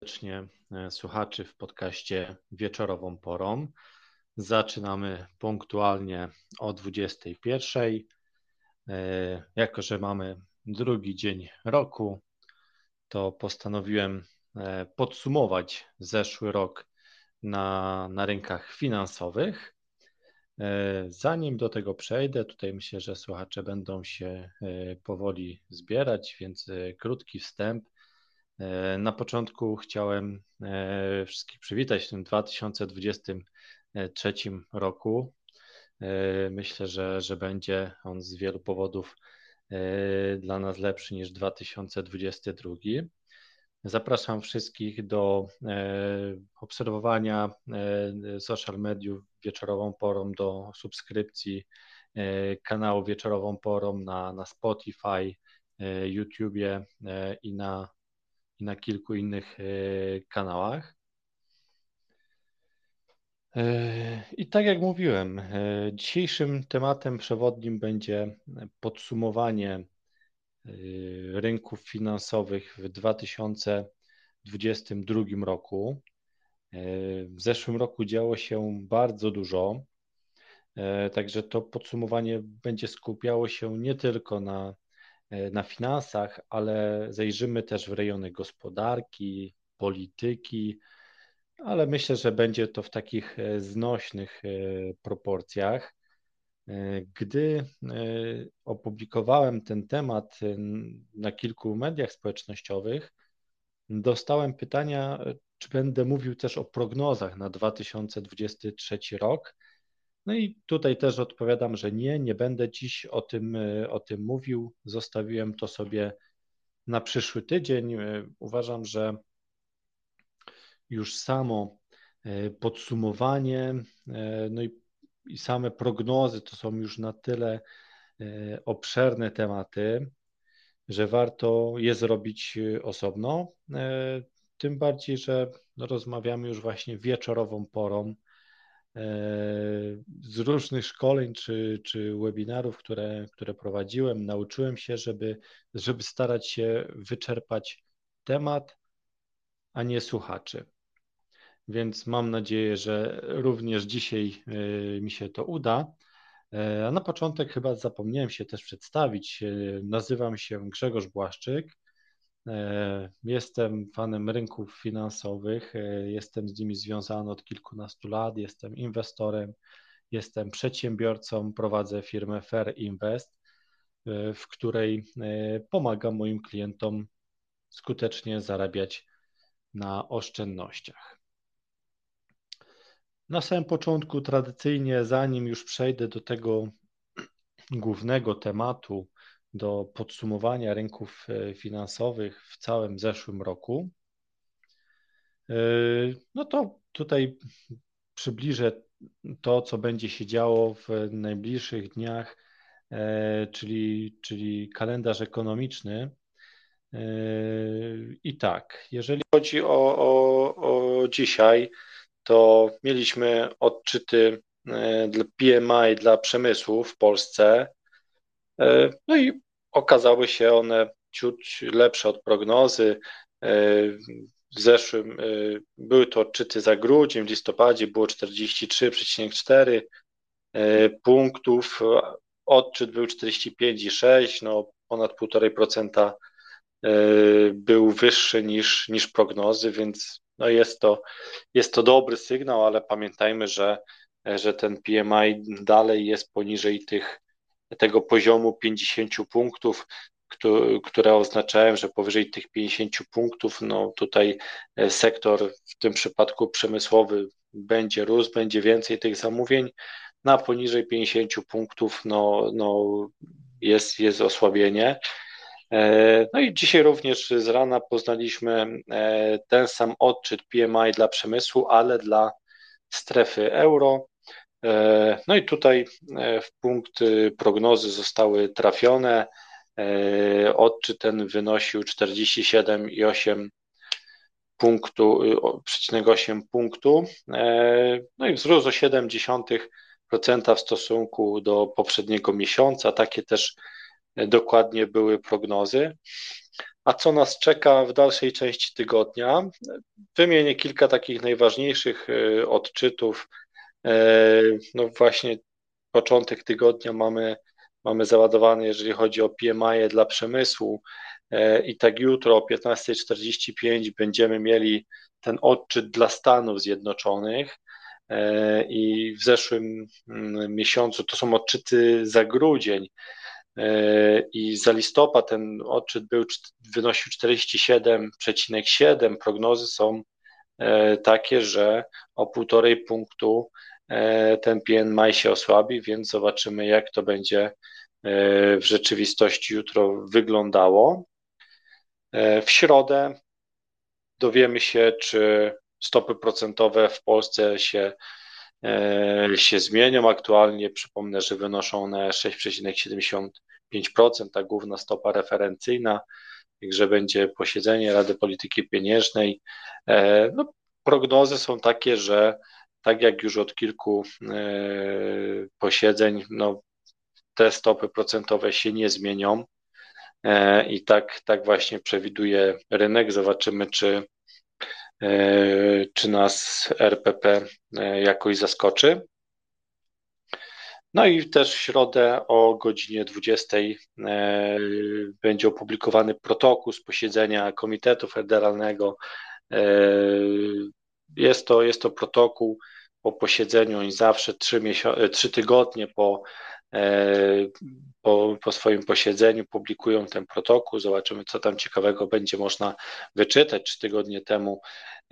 serdecznie słuchaczy w podcaście Wieczorową Porą. Zaczynamy punktualnie o 21:00. Jako że mamy drugi dzień roku, to postanowiłem podsumować zeszły rok na rynkach finansowych. Zanim do tego przejdę, tutaj myślę, że słuchacze będą się powoli zbierać, więc krótki wstęp. Na początku chciałem wszystkich przywitać w tym 2023 roku. Myślę, że będzie on z wielu powodów dla nas lepszy niż 2022. Zapraszam wszystkich do obserwowania social mediów Wieczorową Porą, do subskrypcji kanału Wieczorową Porą na Spotify, YouTubie i na kilku innych kanałach. I tak jak mówiłem, dzisiejszym tematem przewodnim będzie podsumowanie rynków finansowych w 2022 roku. W zeszłym roku działo się bardzo dużo, także to podsumowanie będzie skupiało się nie tylko na finansach, ale zajrzymy też w rejony gospodarki, polityki, ale myślę, że będzie to w takich znośnych proporcjach. Gdy opublikowałem ten temat na kilku mediach społecznościowych, dostałem pytania, czy będę mówił też o prognozach na 2023 rok. No i tutaj też odpowiadam, że nie będę dziś o tym mówił. Zostawiłem to sobie na przyszły tydzień. Uważam, że już samo podsumowanie, no i same prognozy to są już na tyle obszerne tematy, że warto je zrobić osobno. Tym bardziej, że rozmawiamy już właśnie wieczorową porą. Z różnych szkoleń czy webinarów, które prowadziłem, nauczyłem się, żeby starać się wyczerpać temat, a nie słuchaczy. Więc mam nadzieję, że również dzisiaj mi się to uda. A na początek chyba zapomniałem się też przedstawić. Nazywam się Grzegorz Błaszczyk. Jestem fanem rynków finansowych, jestem z nimi związany od kilkunastu lat, jestem inwestorem, jestem przedsiębiorcą, prowadzę firmę Fair Invest, w której pomagam moim klientom skutecznie zarabiać na oszczędnościach. Na samym początku, tradycyjnie, zanim już przejdę do tego głównego tematu, do podsumowania rynków finansowych w całym zeszłym roku, no to tutaj przybliżę to, co będzie się działo w najbliższych dniach, czyli kalendarz ekonomiczny. I tak, jeżeli chodzi o dzisiaj, to mieliśmy odczyty dla PMI dla przemysłu w Polsce. No i okazały się one ciut lepsze od prognozy. W zeszłym były to odczyty za grudzień, w listopadzie było 43,4 punktów, odczyt był 45,6, no ponad 1,5% był wyższy niż prognozy, więc no jest to dobry sygnał, ale pamiętajmy, że ten PMI dalej jest poniżej tego poziomu 50 punktów, które oznaczają, że powyżej tych 50 punktów, no tutaj sektor, w tym przypadku przemysłowy, będzie rósł, będzie więcej tych zamówień, na poniżej 50 punktów no jest osłabienie. No i dzisiaj również z rana poznaliśmy ten sam odczyt PMI dla przemysłu, ale dla strefy euro. No i tutaj w punkty prognozy zostały trafione. Odczyt ten wynosił 47,8 punktu, no i wzrósł o 0,7% w stosunku do poprzedniego miesiąca. Takie też dokładnie były prognozy. A co nas czeka w dalszej części tygodnia? Wymienię kilka takich najważniejszych odczytów. No właśnie początek tygodnia mamy załadowany, jeżeli chodzi o PMI dla przemysłu. I tak jutro o 15:45 będziemy mieli ten odczyt dla Stanów Zjednoczonych. I w zeszłym miesiącu to są odczyty za grudzień. I za listopad ten odczyt wynosił 47,7. Prognozy są takie, że o 1,5 punktu ten PMI się osłabi, więc zobaczymy, jak to będzie w rzeczywistości jutro wyglądało. W środę dowiemy się, czy stopy procentowe w Polsce się zmienią. Aktualnie przypomnę, że wynoszą one 6,75%, ta główna stopa referencyjna, także będzie posiedzenie Rady Polityki Pieniężnej. No, prognozy są takie, że tak jak już od kilku posiedzeń, no, te stopy procentowe się nie zmienią i tak właśnie przewiduje rynek. Zobaczymy, czy nas RPP jakoś zaskoczy. No i też w środę o godzinie 20 będzie opublikowany protokół z posiedzenia Komitetu Federalnego. Jest to protokół po posiedzeniu i zawsze 3 tygodnie po swoim posiedzeniu publikują ten protokół. Zobaczymy, co tam ciekawego będzie można wyczytać. 3 tygodnie temu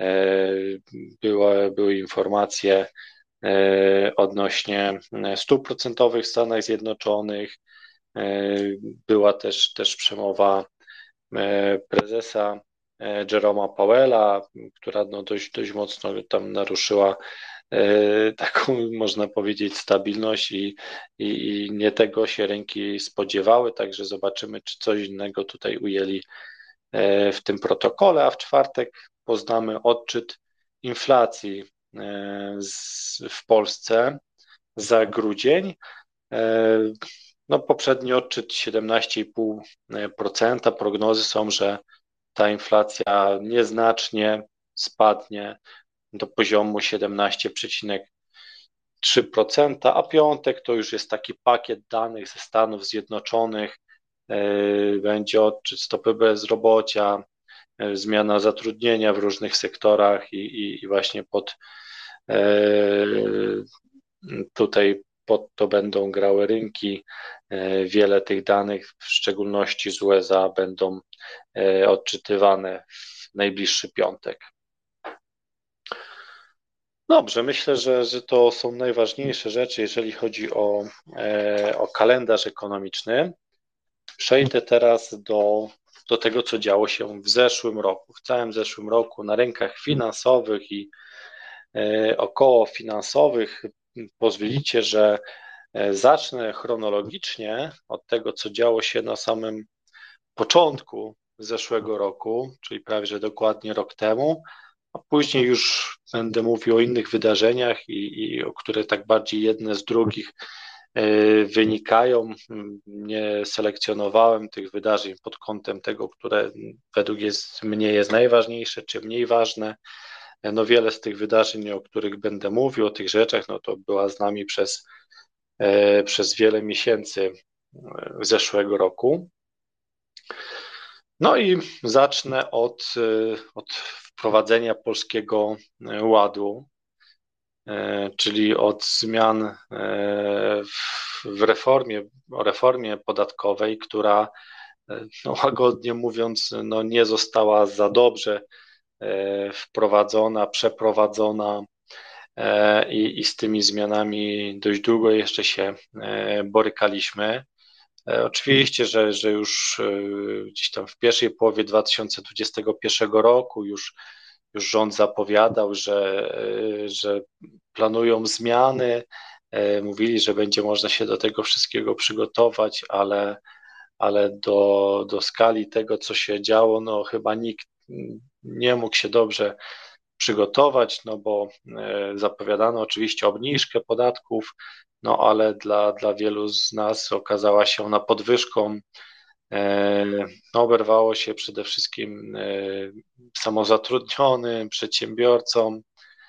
były informacje odnośnie stóp procentowych w Stanach Zjednoczonych. Była też przemowa prezesa Jeroma Powella, która no dość mocno tam naruszyła taką, można powiedzieć, stabilność i nie tego się rynki spodziewały, także zobaczymy, czy coś innego tutaj ujęli w tym protokole, a w czwartek poznamy odczyt inflacji w Polsce za grudzień. No, poprzedni odczyt 17,5%. Prognozy są, że ta inflacja nieznacznie spadnie do poziomu 17,3%, a piątek to już jest taki pakiet danych ze Stanów Zjednoczonych. Będzie odczyt stopy bezrobocia, zmiana zatrudnienia w różnych sektorach i właśnie tutaj pod to będą grały rynki. Wiele tych danych, w szczególności z USA, będą odczytywane w najbliższy piątek. Dobrze, myślę, że to są najważniejsze rzeczy, jeżeli chodzi o kalendarz ekonomiczny. Przejdę teraz do tego, co działo się w zeszłym roku. W całym zeszłym roku na rynkach finansowych i okołofinansowych. Pozwolicie, że zacznę chronologicznie od tego, co działo się na samym początku zeszłego roku, czyli prawie że dokładnie rok temu, a później już będę mówił o innych wydarzeniach i o które tak bardziej jedne z drugich wynikają. Nie selekcjonowałem tych wydarzeń pod kątem tego, które według mnie jest najważniejsze, czy mniej ważne. No wiele z tych wydarzeń, o których będę mówił, o tych rzeczach, no to była z nami przez wiele miesięcy zeszłego roku. No i zacznę od wprowadzenia Polskiego Ładu, czyli od zmian o reformie podatkowej, która, no łagodnie mówiąc, no nie została za dobrze przeprowadzona i z tymi zmianami dość długo jeszcze się borykaliśmy. Oczywiście, że już gdzieś tam w pierwszej połowie 2021 roku już rząd zapowiadał, że planują zmiany. Mówili, że będzie można się do tego wszystkiego przygotować, ale do skali tego, co się działo, no chyba nikt nie mógł się dobrze przygotować, no bo zapowiadano oczywiście obniżkę podatków, no ale dla wielu z nas okazała się ona podwyżką No, oberwało się przede wszystkim samozatrudnionym, przedsiębiorcom.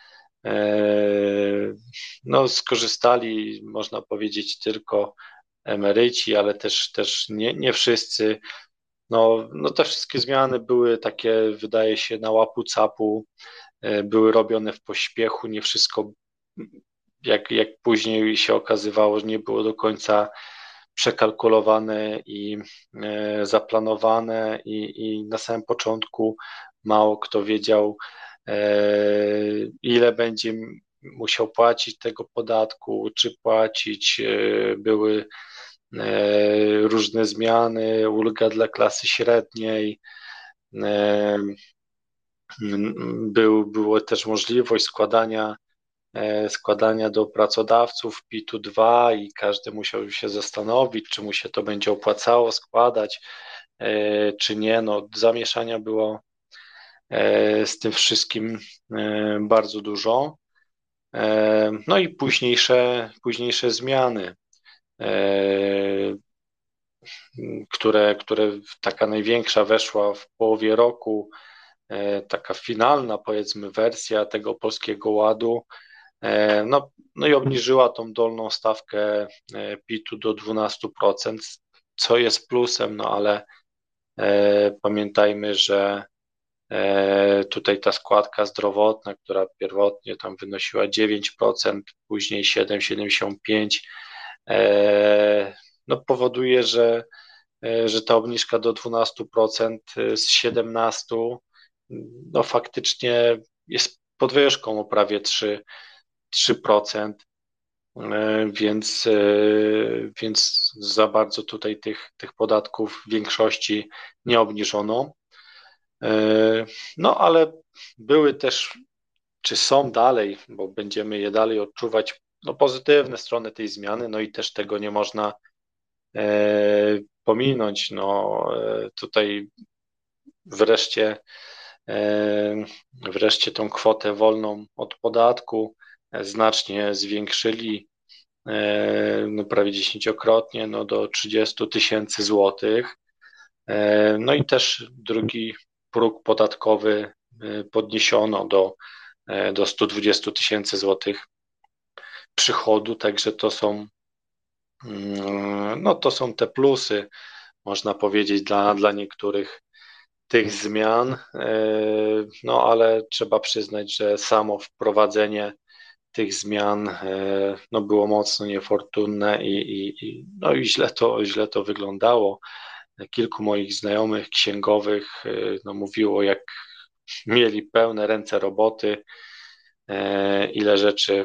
No, skorzystali, można powiedzieć, tylko emeryci, ale też nie wszyscy. No te wszystkie zmiany były takie, wydaje się, na łapu capu, były robione w pośpiechu, nie wszystko, jak później się okazywało, że nie było do końca przekalkulowane i zaplanowane i na samym początku mało kto wiedział, ile będzie musiał płacić tego podatku, czy płacić. Były różne zmiany, ulga dla klasy średniej. E, Była też możliwość składania do pracodawców PIT-2 i każdy musiał się zastanowić, czy mu się to będzie opłacało składać, czy nie. No, zamieszania było z tym wszystkim bardzo dużo. No i późniejsze zmiany, które taka największa weszła w połowie roku, taka finalna, powiedzmy, wersja tego Polskiego Ładu. No i obniżyła tą dolną stawkę PIT-u do 12%, co jest plusem, no ale pamiętajmy, że tutaj ta składka zdrowotna, która pierwotnie tam wynosiła 9%, później 7,75%, no powoduje, że ta obniżka do 12% z 17%, no faktycznie jest podwyżką o prawie 3%, więc za bardzo tutaj tych podatków w większości nie obniżono. No ale były też, czy są dalej, bo będziemy je dalej odczuwać, no pozytywne strony tej zmiany, no i też tego nie można pominąć. No tutaj wreszcie wreszcie tą kwotę wolną od podatku znacznie zwiększyli, no prawie 10-krotnie, no do 30 tysięcy złotych. No i też drugi próg podatkowy podniesiono do 120 tysięcy złotych przychodu, także to są te plusy, można powiedzieć, dla niektórych tych zmian, no ale trzeba przyznać, że samo wprowadzenie tych zmian no, było mocno niefortunne no, i źle to wyglądało. Kilku moich znajomych księgowych no, mówiło, jak mieli pełne ręce roboty, ile rzeczy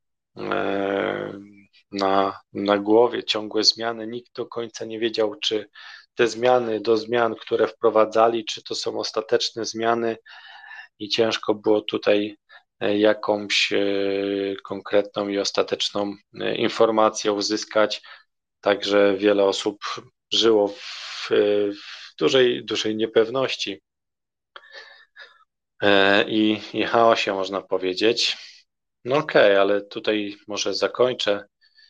na głowie, ciągłe zmiany. Nikt do końca nie wiedział, czy te zmiany do zmian, które wprowadzali, czy to są ostateczne zmiany i ciężko było tutaj jakąś konkretną i ostateczną informację uzyskać. Także wiele osób żyło w dużej niepewności i chaosie, można powiedzieć. No okej, ale tutaj może zakończę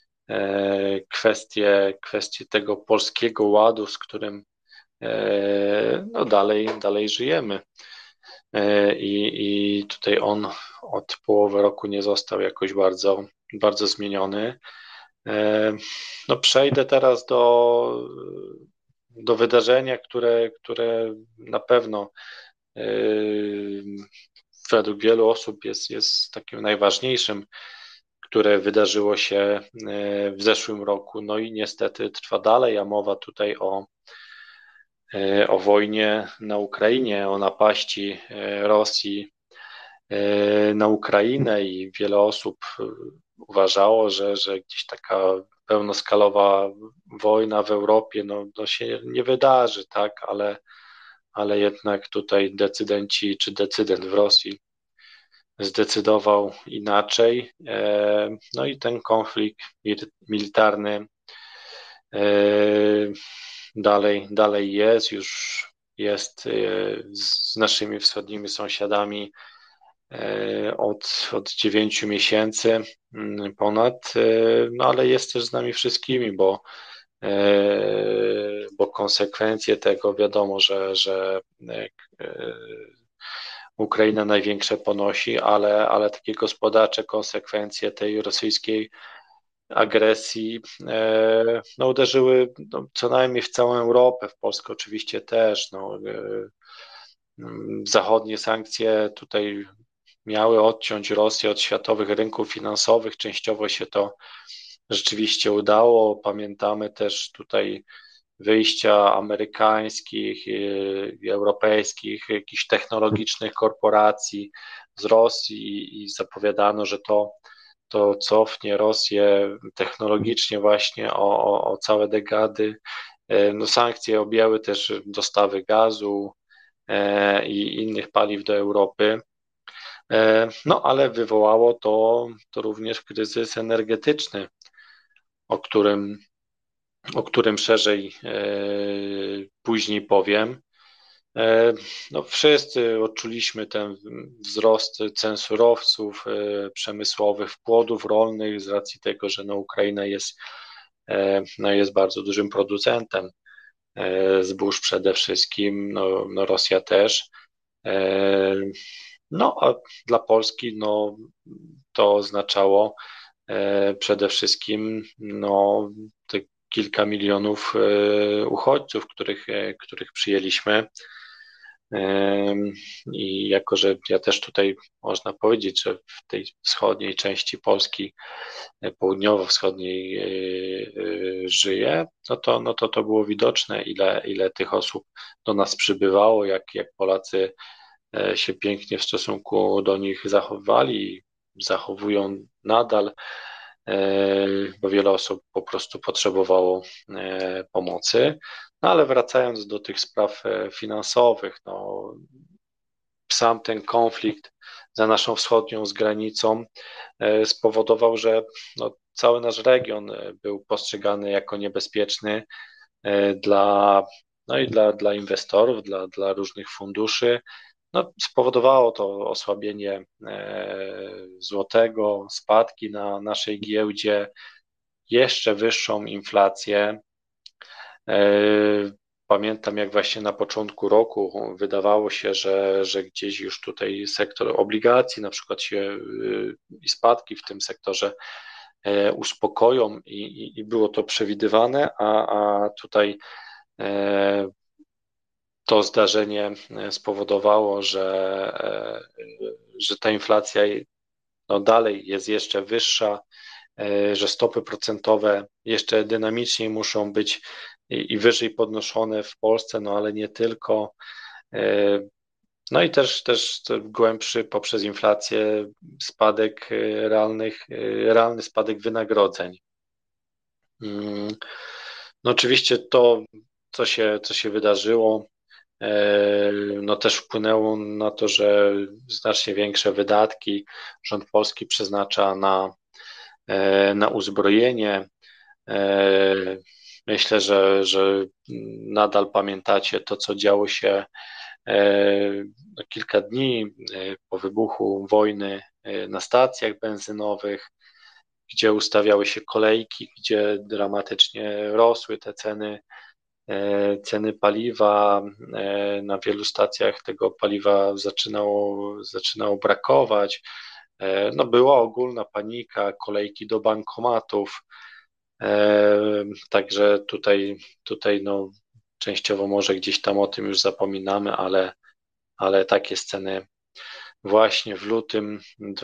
kwestię tego Polskiego Ładu, z którym no dalej żyjemy. I tutaj on od połowy roku nie został jakoś bardzo zmieniony. No przejdę teraz do wydarzenia, które na pewno według wielu osób jest takim najważniejszym, które wydarzyło się w zeszłym roku. No i niestety trwa dalej, a mowa tutaj o wojnie na Ukrainie, o napaści Rosji na Ukrainę i wiele osób uważało, że gdzieś taka pełnoskalowa wojna w Europie no się nie wydarzy, tak, ale jednak tutaj decydenci czy decydent w Rosji zdecydował inaczej. No i ten konflikt militarny dalej już jest z naszymi wschodnimi sąsiadami od 9 miesięcy ponad, no ale jest też z nami wszystkimi, bo bo konsekwencje tego wiadomo, że Ukraina największe ponosi, ale takie gospodarcze konsekwencje tej rosyjskiej agresji no, uderzyły co najmniej w całą Europę, w Polskę oczywiście też. No, zachodnie sankcje tutaj miały odciąć Rosję od światowych rynków finansowych. Częściowo się to rzeczywiście udało. Pamiętamy też tutaj wyjścia amerykańskich i europejskich, jakichś technologicznych korporacji z Rosji i zapowiadano, że to cofnie Rosję technologicznie właśnie o całe dekady. No, sankcje objęły też dostawy gazu i innych paliw do Europy. No, ale wywołało to również kryzys energetyczny, o którym, o którym szerzej później powiem. No, wszyscy odczuliśmy ten wzrost cen surowców przemysłowych, płodów rolnych z racji tego, że no, Ukraina jest bardzo dużym producentem zbóż przede wszystkim, no Rosja też. No a dla Polski no, to oznaczało przede wszystkim no, te kilka milionów uchodźców, których przyjęliśmy. I jako, że ja też tutaj można powiedzieć, że w tej wschodniej części Polski, południowo-wschodniej żyję, no to było widoczne, ile tych osób do nas przybywało, jak Polacy się pięknie w stosunku do nich zachowywali, zachowują nadal, bo wiele osób po prostu potrzebowało pomocy. No ale wracając do tych spraw finansowych, no, sam ten konflikt za naszą wschodnią z granicą spowodował, że no, cały nasz region był postrzegany jako niebezpieczny dla, no i dla inwestorów, dla różnych funduszy. No, spowodowało to osłabienie złotego, spadki na naszej giełdzie, jeszcze wyższą inflację. Pamiętam, jak właśnie na początku roku wydawało się, że gdzieś już tutaj sektor obligacji, na przykład się i spadki w tym sektorze uspokoją i było to przewidywane, a tutaj to zdarzenie spowodowało, że ta inflacja no dalej jest jeszcze wyższa, że stopy procentowe jeszcze dynamiczniej muszą być i wyżej podnoszone w Polsce, no ale nie tylko. No i też głębszy poprzez inflację spadek realny spadek wynagrodzeń. No oczywiście to, co się wydarzyło, no też wpłynęło na to, że znacznie większe wydatki rząd polski przeznacza na uzbrojenie. Myślę, że nadal pamiętacie to, co działo się kilka dni po wybuchu wojny na stacjach benzynowych, gdzie ustawiały się kolejki, gdzie dramatycznie rosły te ceny paliwa. Na wielu stacjach tego paliwa zaczynało brakować. No, była ogólna panika, kolejki do bankomatów. Także tutaj no, częściowo może gdzieś tam o tym już zapominamy, ale takie sceny właśnie w lutym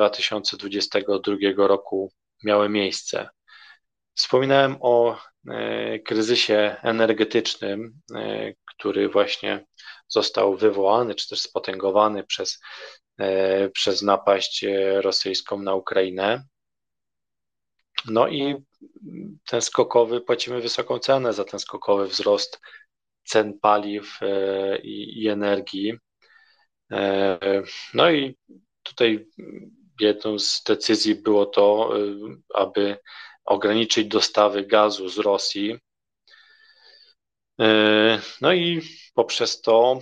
2022 roku miały miejsce. Wspominałem o kryzysie energetycznym, który właśnie został wywołany czy też spotęgowany przez napaść rosyjską na Ukrainę. No i płacimy wysoką cenę za ten skokowy wzrost cen paliw i energii. No i tutaj jedną z decyzji było to, aby ograniczyć dostawy gazu z Rosji. No i poprzez to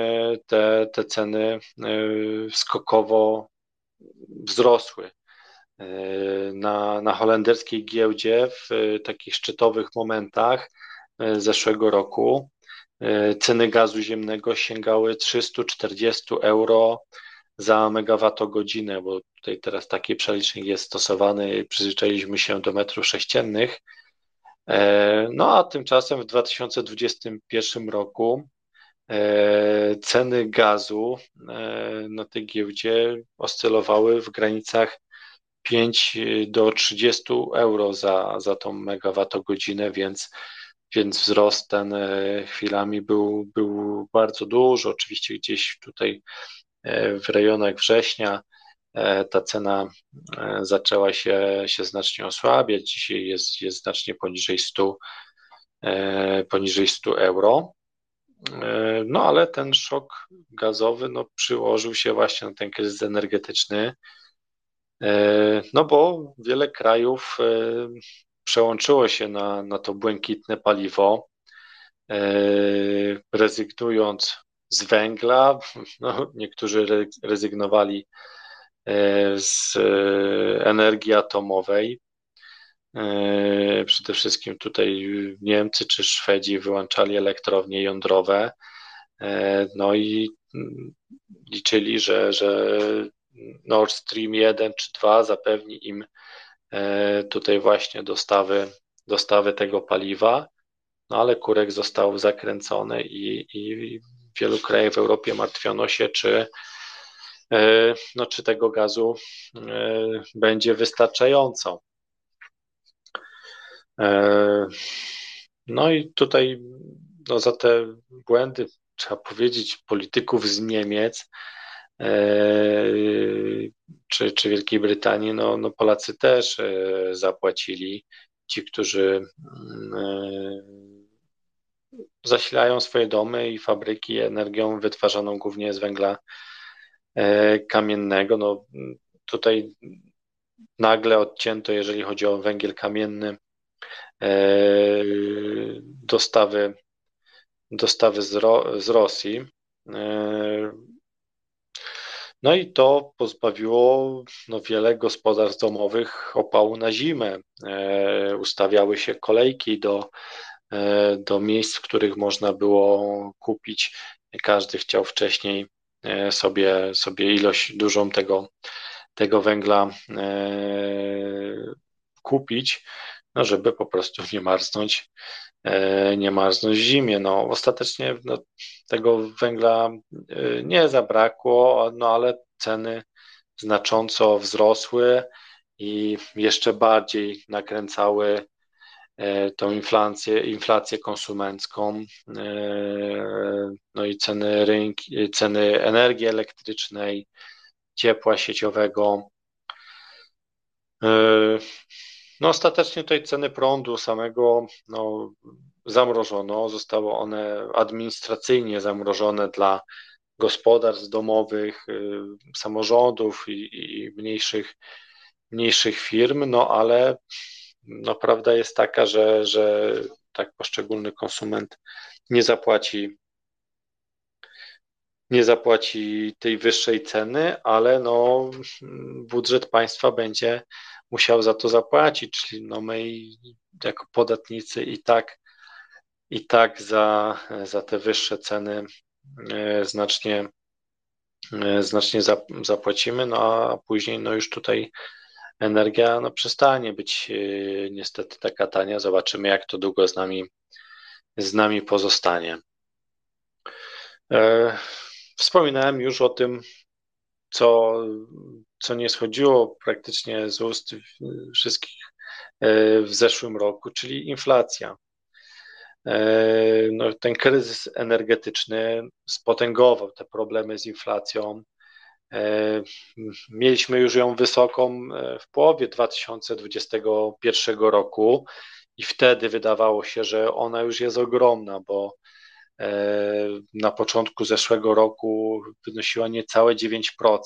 te ceny skokowo wzrosły. na holenderskiej giełdzie w takich szczytowych momentach zeszłego roku ceny gazu ziemnego sięgały 340 euro za megawattogodzinę, bo tutaj teraz taki przelicznik jest stosowany, przyzwyczailiśmy się do metrów sześciennych. No a tymczasem w 2021 roku ceny gazu na tej giełdzie oscylowały w granicach 5 do 30 euro za tą megawattogodzinę, więc wzrost ten chwilami był bardzo duży. Oczywiście gdzieś tutaj w rejonach września ta cena zaczęła się znacznie osłabiać. Dzisiaj jest znacznie poniżej 100 euro. No ale ten szok gazowy przyłożył się właśnie na ten kryzys energetyczny, no bo wiele krajów przełączyło się na to błękitne paliwo, rezygnując z węgla. No, niektórzy rezygnowali z energii atomowej. Przede wszystkim tutaj Niemcy czy Szwedzi wyłączali elektrownie jądrowe, no i liczyli, że Nord Stream 1 czy 2 zapewni im tutaj właśnie dostawy tego paliwa, no ale kurek został zakręcony i w wielu krajach w Europie martwiono się, czy tego gazu będzie wystarczająco. No i tutaj za te błędy, trzeba powiedzieć, polityków z Niemiec czy Wielkiej Brytanii, Polacy też zapłacili. Ci, którzy zasilają swoje domy i fabryki energią wytwarzaną głównie z węgla kamiennego. Tutaj nagle odcięto, jeżeli chodzi o węgiel kamienny, dostawy z Rosji. No i to pozbawiło wiele gospodarstw domowych opału na zimę. Ustawiały się kolejki do miejsc, w których można było kupić. Każdy chciał wcześniej sobie ilość dużą tego węgla kupić, żeby po prostu nie marznąć w zimie. Ostatecznie tego węgla nie zabrakło, ale ceny znacząco wzrosły i jeszcze bardziej nakręcały tą inflację konsumencką, no i ceny energii elektrycznej, ciepła sieciowego. Ostatecznie tutaj ceny prądu samego zamrożono, zostały one administracyjnie zamrożone dla gospodarstw domowych, samorządów i mniejszych firm, ale prawda jest taka, że tak poszczególny konsument nie zapłaci tej wyższej ceny, ale budżet państwa będzie musiał za to zapłacić, czyli my jako podatnicy i tak za te wyższe ceny znacznie zapłacimy, a później już tutaj energia przestanie być niestety taka tania. Zobaczymy, jak to długo z nami pozostanie. Wspominałem już o tym, co nie schodziło praktycznie z ust wszystkich w zeszłym roku, czyli inflacja. Ten kryzys energetyczny spotęgował te problemy z inflacją. Mieliśmy już ją wysoką w połowie 2021 roku i wtedy wydawało się, że ona już jest ogromna, bo na początku zeszłego roku wynosiła niecałe 9%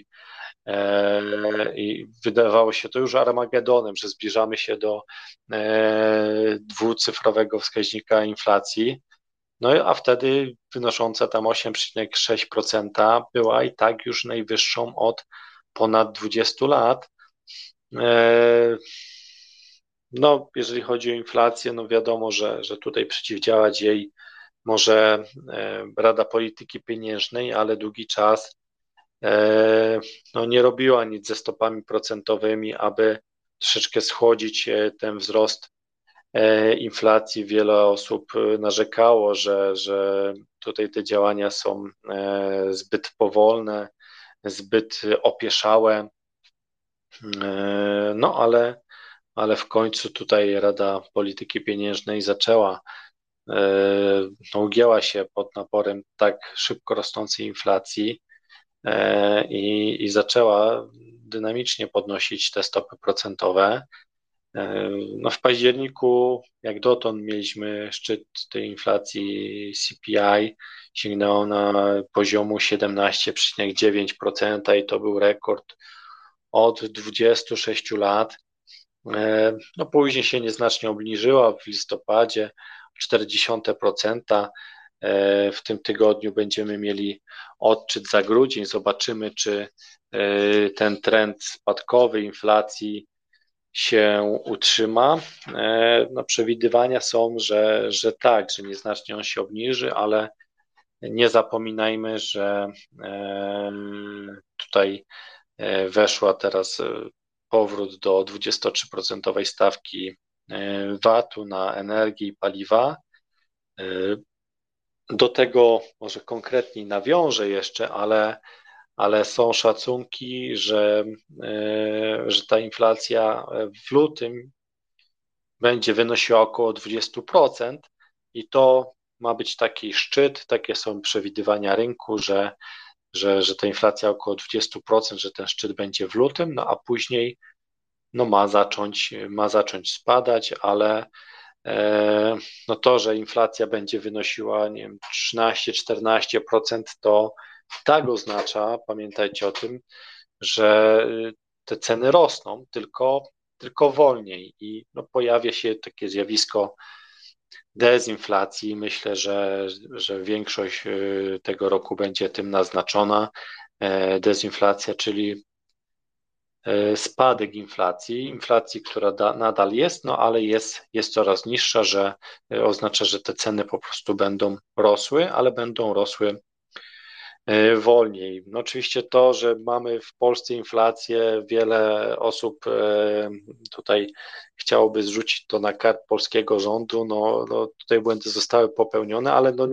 i wydawało się to już Armagedonem, że zbliżamy się do dwucyfrowego wskaźnika inflacji. A wtedy wynosząca tam 8,6% była i tak już najwyższą od ponad 20 lat. No, jeżeli chodzi o inflację, no wiadomo, że tutaj przeciwdziałać jej może Rada Polityki Pieniężnej, ale długi czas no, nie robiła nic ze stopami procentowymi, aby troszeczkę schłodzić ten wzrost inflacji. Wiele osób narzekało, że tutaj te działania są zbyt powolne, zbyt opieszałe, no ale w końcu tutaj Rada Polityki Pieniężnej zaczęła, no, ugięła się pod naporem tak szybko rosnącej inflacji i zaczęła dynamicznie podnosić te stopy procentowe. No w październiku, jak dotąd, mieliśmy szczyt tej inflacji CPI, sięgnęło na poziomu 17,9% i to był rekord od 26 lat. No później się nieznacznie obniżyła w listopadzie o 0,4%. W tym tygodniu będziemy mieli odczyt za grudzień. Zobaczymy, czy ten trend spadkowy inflacji się utrzyma. No, przewidywania są, że tak, że nieznacznie on się obniży, ale nie zapominajmy, że tutaj weszła teraz powrót do 23% stawki VAT-u na energię i paliwa. Do tego może konkretniej nawiążę jeszcze, ale są szacunki, że ta inflacja w lutym będzie wynosiła około 20% i to ma być taki szczyt, takie są przewidywania rynku, że ta inflacja około 20%, że ten szczyt będzie w lutym, no a później no ma zacząć spadać, ale no to, że inflacja będzie wynosiła, nie wiem, 13-14%, to tak oznacza, pamiętajcie o tym, że te ceny rosną, tylko wolniej i no pojawia się takie zjawisko dezinflacji. Myślę, że większość tego roku będzie tym naznaczona. Dezinflacja, czyli spadek inflacji, która nadal jest, no ale jest coraz niższa, że oznacza, że te ceny po prostu będą rosły, ale będą rosły wolniej. No oczywiście to, że mamy w Polsce inflację, wiele osób tutaj chciałoby zrzucić to na karb polskiego rządu, no tutaj błędy zostały popełnione, ale no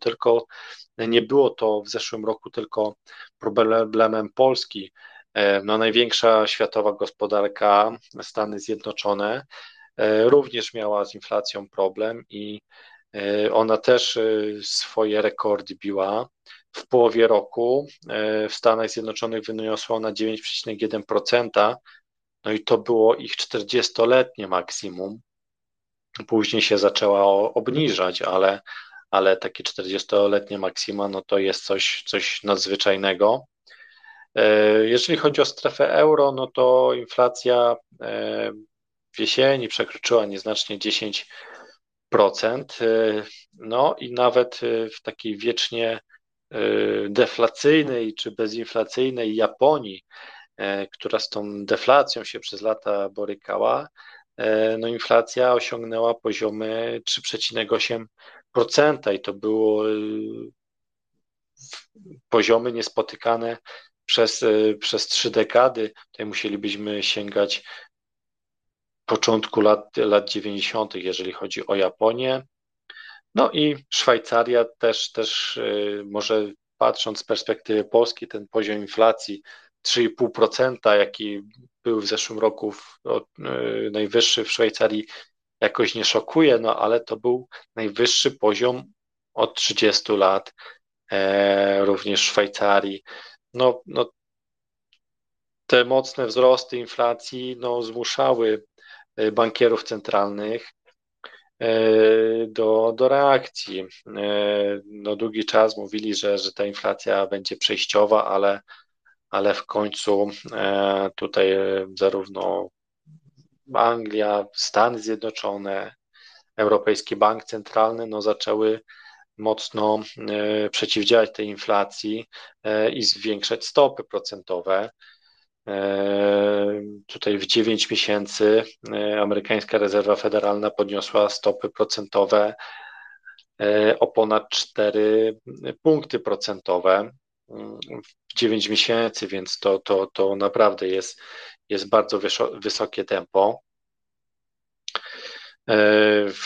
nie było to w zeszłym roku tylko problemem Polski. No największa światowa gospodarka, Stany Zjednoczone, również miała z inflacją problem i ona też swoje rekordy biła. W połowie roku w Stanach Zjednoczonych wyniosła ona 9,1%, no i to było ich 40-letnie maksimum. Później się zaczęła obniżać, ale takie 40-letnie maksima, no to jest coś nadzwyczajnego. Jeżeli chodzi o strefę euro, no to inflacja w jesieni przekroczyła nieznacznie 10%. No i nawet w takiej wiecznie deflacyjnej czy bezinflacyjnej Japonii, która z tą deflacją się przez lata borykała, no inflacja osiągnęła poziomy 3,8% i to było poziomy niespotykane przez 3 dekady. Tutaj musielibyśmy sięgać początku lat 90., jeżeli chodzi o Japonię. No i Szwajcaria też może patrząc z perspektywy polskiej, ten poziom inflacji 3,5%, jaki był w zeszłym roku najwyższy w Szwajcarii, jakoś nie szokuje, no ale to był najwyższy poziom od 30 lat, również w Szwajcarii. No, te mocne wzrosty inflacji no, zmuszały bankierów centralnych do reakcji. No, długi czas mówili, że ta inflacja będzie przejściowa, ale w końcu tutaj zarówno Anglia, Stany Zjednoczone, Europejski Bank Centralny no, zaczęły mocno przeciwdziałać tej inflacji i zwiększać stopy procentowe. Tutaj w 9 miesięcy amerykańska rezerwa federalna podniosła stopy procentowe o ponad 4 punkty procentowe w 9 miesięcy, więc to naprawdę jest bardzo wysokie tempo. W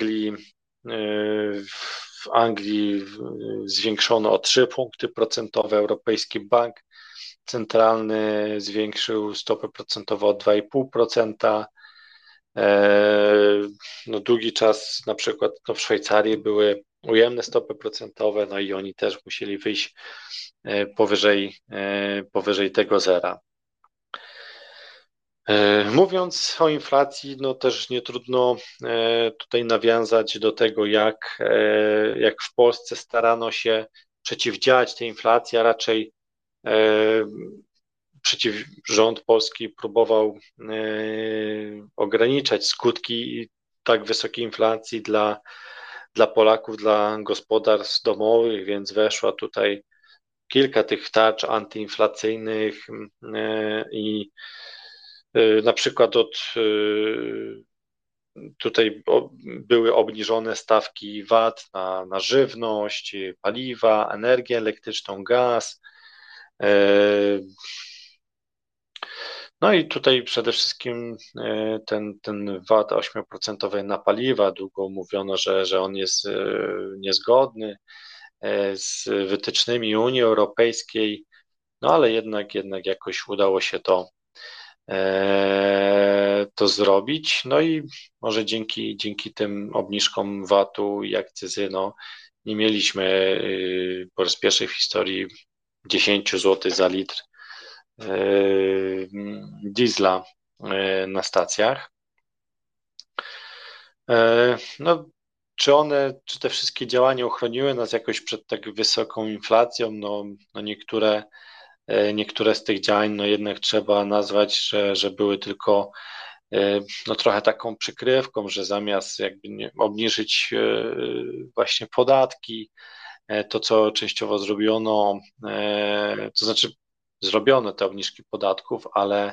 Anglii zwiększono o 3 punkty procentowe. Europejski Bank Centralny zwiększył stopę procentową o 2,5%. No, długi czas na przykład w Szwajcarii były ujemne stopy procentowe, no i oni też musieli wyjść powyżej tego zera. Mówiąc o inflacji, no też nie trudno tutaj nawiązać do tego, jak w Polsce starano się przeciwdziałać tej inflacji, a raczej rząd polski próbował ograniczać skutki tak wysokiej inflacji dla Polaków, dla gospodarstw domowych, więc weszła tutaj kilka tych tarcz antyinflacyjnych i na przykład tutaj były obniżone stawki VAT na żywność, paliwa, energię elektryczną, gaz. No i tutaj przede wszystkim ten VAT 8% na paliwa, długo mówiono, że on jest niezgodny z wytycznymi Unii Europejskiej, no ale jednak jakoś udało się to zrobić. No i może dzięki tym obniżkom VAT-u i akcyzy, no, nie mieliśmy po raz pierwszy w historii 10 zł za litr diesla na stacjach. No, czy te wszystkie działania uchroniły nas jakoś przed tak wysoką inflacją? No niektóre z tych działań, no jednak trzeba nazwać, że były tylko no trochę taką przykrywką, że zamiast jakby obniżyć właśnie podatki, to co częściowo zrobiono, to znaczy zrobiono te obniżki podatków,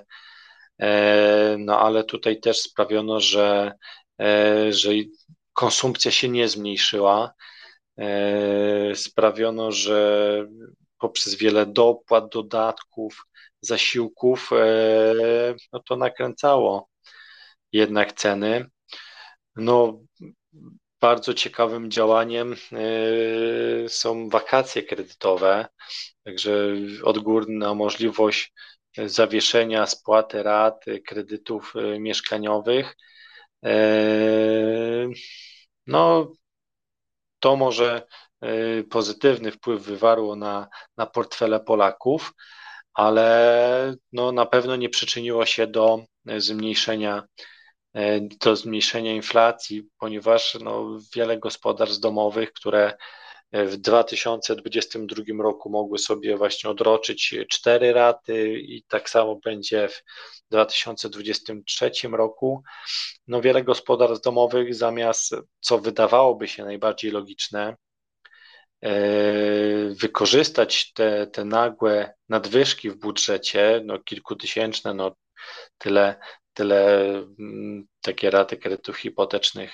ale tutaj też sprawiono, że konsumpcja się nie zmniejszyła. Sprawiono, że poprzez wiele dopłat, dodatków, zasiłków, no to nakręcało jednak ceny. No, bardzo ciekawym działaniem są wakacje kredytowe, także odgórna możliwość zawieszenia spłaty rat kredytów mieszkaniowych. No, to może pozytywny wpływ wywarło na portfele Polaków, ale no, na pewno nie przyczyniło się do zmniejszenia inflacji, ponieważ no, wiele gospodarstw domowych, które w 2022 roku mogły sobie właśnie odroczyć 4 raty i tak samo będzie w 2023 roku. No wiele gospodarstw domowych zamiast, co wydawałoby się najbardziej logiczne, wykorzystać te nagłe nadwyżki w budżecie, no kilkutysięczne, no tyle takie raty kredytów hipotecznych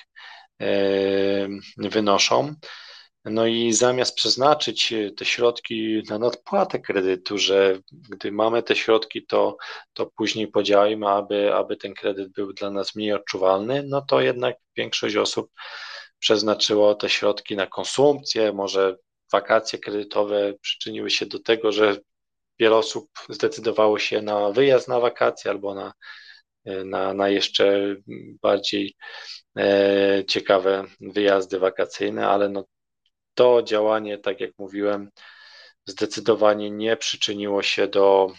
wynoszą. No i zamiast przeznaczyć te środki na nadpłatę kredytu, że gdy mamy te środki, to później podziałajmy, aby ten kredyt był dla nas mniej odczuwalny, no to jednak większość osób przeznaczyło te środki na konsumpcję, może wakacje kredytowe przyczyniły się do tego, że wiele osób zdecydowało się na wyjazd na wakacje albo na jeszcze bardziej ciekawe wyjazdy wakacyjne, ale no to działanie, tak jak mówiłem, zdecydowanie nie przyczyniło się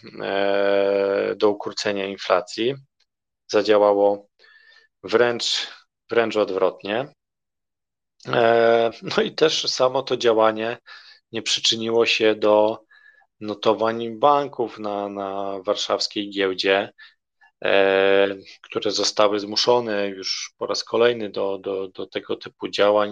do ukrócenia inflacji. Zadziałało wręcz odwrotnie. No i też samo to działanie nie przyczyniło się do notowań banków na warszawskiej giełdzie, które zostały zmuszone już po raz kolejny do tego typu działań.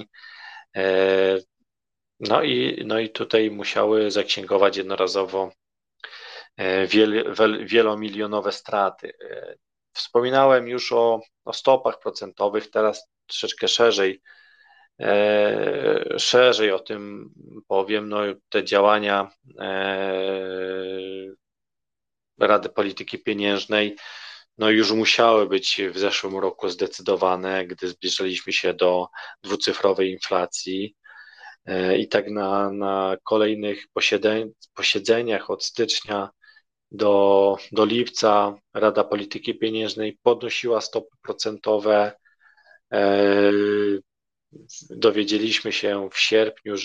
No i tutaj musiały zaksięgować jednorazowo wielomilionowe straty. Wspominałem już o stopach procentowych, teraz troszeczkę szerzej o tym powiem. No, te działania Rady Polityki Pieniężnej no już musiały być w zeszłym roku zdecydowane, gdy zbliżaliśmy się do dwucyfrowej inflacji. I tak na kolejnych posiedzeniach od stycznia do lipca Rada Polityki Pieniężnej podnosiła stopy procentowe. Dowiedzieliśmy się w sierpniu,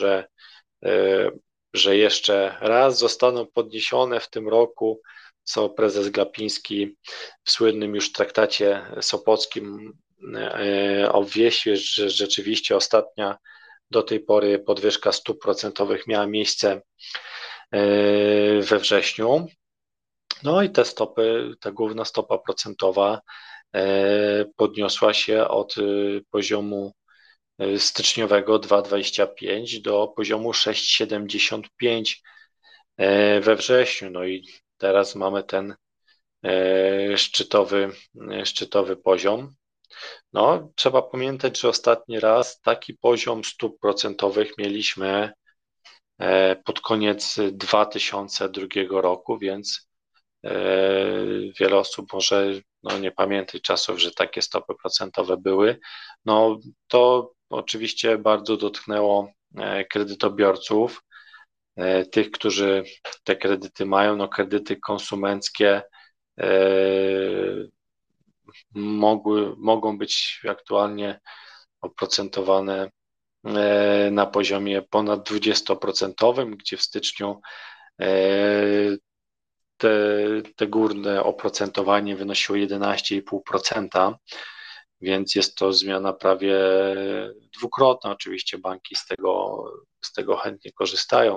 że jeszcze raz zostaną podniesione w tym roku, co prezes Glapiński w słynnym już traktacie sopockim obwieścił, że rzeczywiście ostatnia do tej pory podwyżka stóp procentowych miała miejsce we wrześniu. No i ta główna stopa procentowa podniosła się od poziomu styczniowego 2,25 do poziomu 6,75 we wrześniu. No i teraz mamy ten szczytowy poziom. No, trzeba pamiętać, że ostatni raz taki poziom stóp procentowych mieliśmy pod koniec 2002 roku, więc wiele osób może nie pamiętać czasów, że takie stopy procentowe były. No, to oczywiście bardzo dotknęło kredytobiorców, tych, którzy te kredyty mają. No, kredyty konsumenckie mogą być aktualnie oprocentowane na poziomie ponad 20%, gdzie w styczniu te górne oprocentowanie wynosiło 11,5%, więc jest to zmiana prawie dwukrotna. Oczywiście banki z tego chętnie korzystają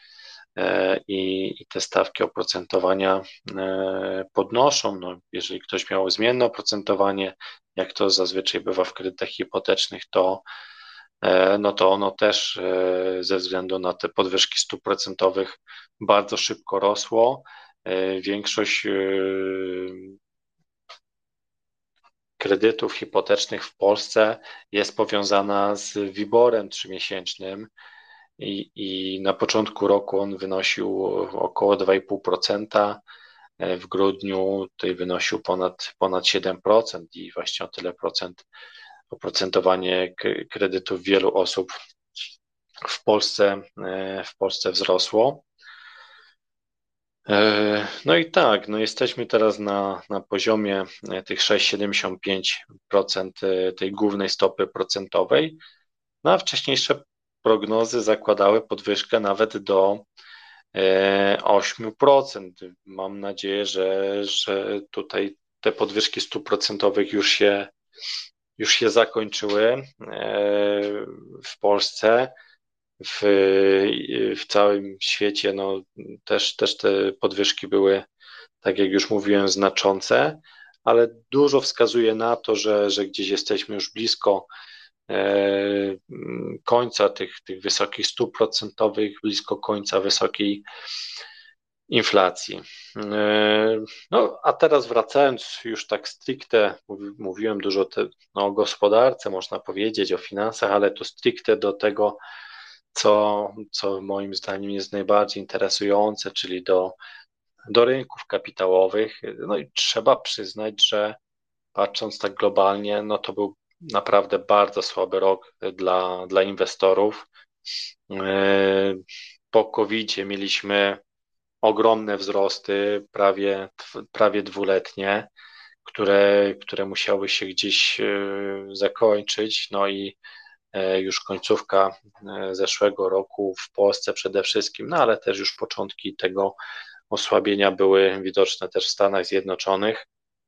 i te stawki oprocentowania podnoszą. No, jeżeli ktoś miał zmienne oprocentowanie, jak to zazwyczaj bywa w kredytach hipotecznych, no to ono też ze względu na te podwyżki stóp procentowych bardzo szybko rosło. Większość kredytów hipotecznych w Polsce jest powiązana z WIBOR-em trzymiesięcznym i na początku roku on wynosił około 2,5%, w grudniu tutaj wynosił ponad 7% i właśnie o tyle procent oprocentowanie kredytów wielu osób w Polsce wzrosło. No i tak, no jesteśmy teraz na poziomie tych 6,75% tej głównej stopy procentowej, no a wcześniejsze prognozy zakładały podwyżkę nawet do 8%. Mam nadzieję, że tutaj te podwyżki stóp procentowych już się zakończyły w Polsce. W całym świecie no, też te podwyżki były, tak jak już mówiłem, znaczące, ale dużo wskazuje na to, że gdzieś jesteśmy już blisko końca tych wysokich stóp procentowych, blisko końca wysokiej inflacji. No, a teraz wracając już tak stricte, mówiłem dużo o gospodarce, można powiedzieć, o finansach, ale to stricte do tego, co moim zdaniem jest najbardziej interesujące, czyli do rynków kapitałowych. No i trzeba przyznać, że patrząc tak globalnie, no to był naprawdę bardzo słaby rok dla inwestorów. Po COVID-zie mieliśmy ogromne wzrosty, prawie dwuletnie, które musiały się gdzieś zakończyć. No i już końcówka zeszłego roku w Polsce przede wszystkim, no ale też już początki tego osłabienia były widoczne też w Stanach Zjednoczonych.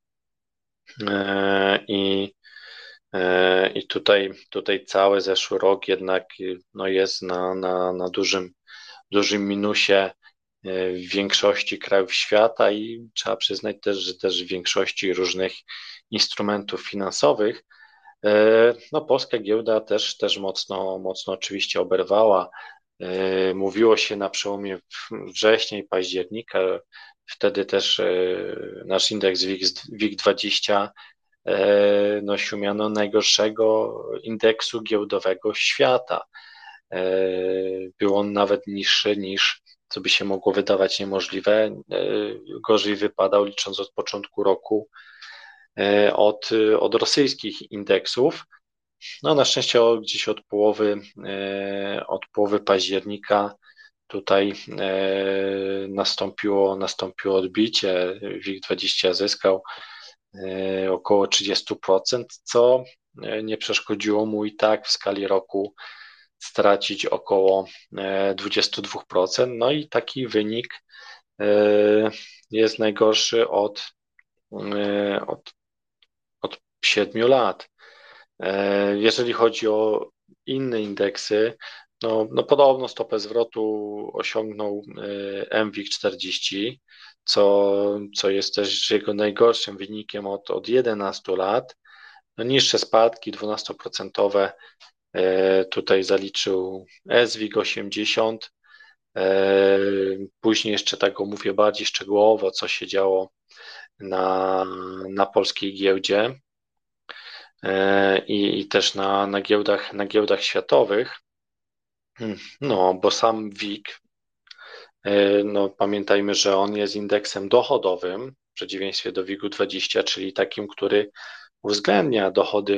I tutaj cały zeszły rok jednak no jest na dużym minusie w większości krajów świata i trzeba przyznać też, że też w większości różnych instrumentów finansowych. No, polska giełda też mocno oczywiście oberwała. Mówiło się na przełomie września i października Wtedy też nasz indeks WIG20 nosił miano najgorszego indeksu giełdowego świata. Był on nawet niższy niż, co by się mogło wydawać niemożliwe. Gorzej wypadał, licząc od początku roku, od rosyjskich indeksów. No na szczęście gdzieś od połowy października tutaj nastąpiło odbicie. WIG20 zyskał około 30%, co nie przeszkodziło mu i tak w skali roku stracić około 22%. No i taki wynik jest najgorszy od 7 lat. Jeżeli chodzi o inne indeksy, no podobną stopę zwrotu osiągnął MWIG40, co jest też jego najgorszym wynikiem od 11 lat. No niższe spadki 12% tutaj zaliczył SWIG80. Później jeszcze tak omówię bardziej szczegółowo, co się działo na polskiej giełdzie i też na giełdach światowych. No, bo sam WIG, no pamiętajmy, że on jest indeksem dochodowym, w przeciwieństwie do WIG-20, czyli takim, który uwzględnia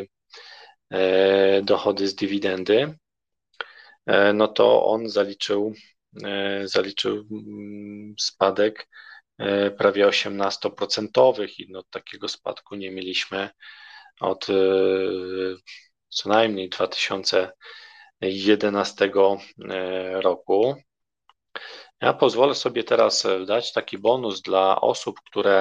dochody z dywidendy. No to on zaliczył spadek prawie 18% i no takiego spadku nie mieliśmy od co najmniej 2011 roku. Ja pozwolę sobie teraz dać taki bonus dla osób,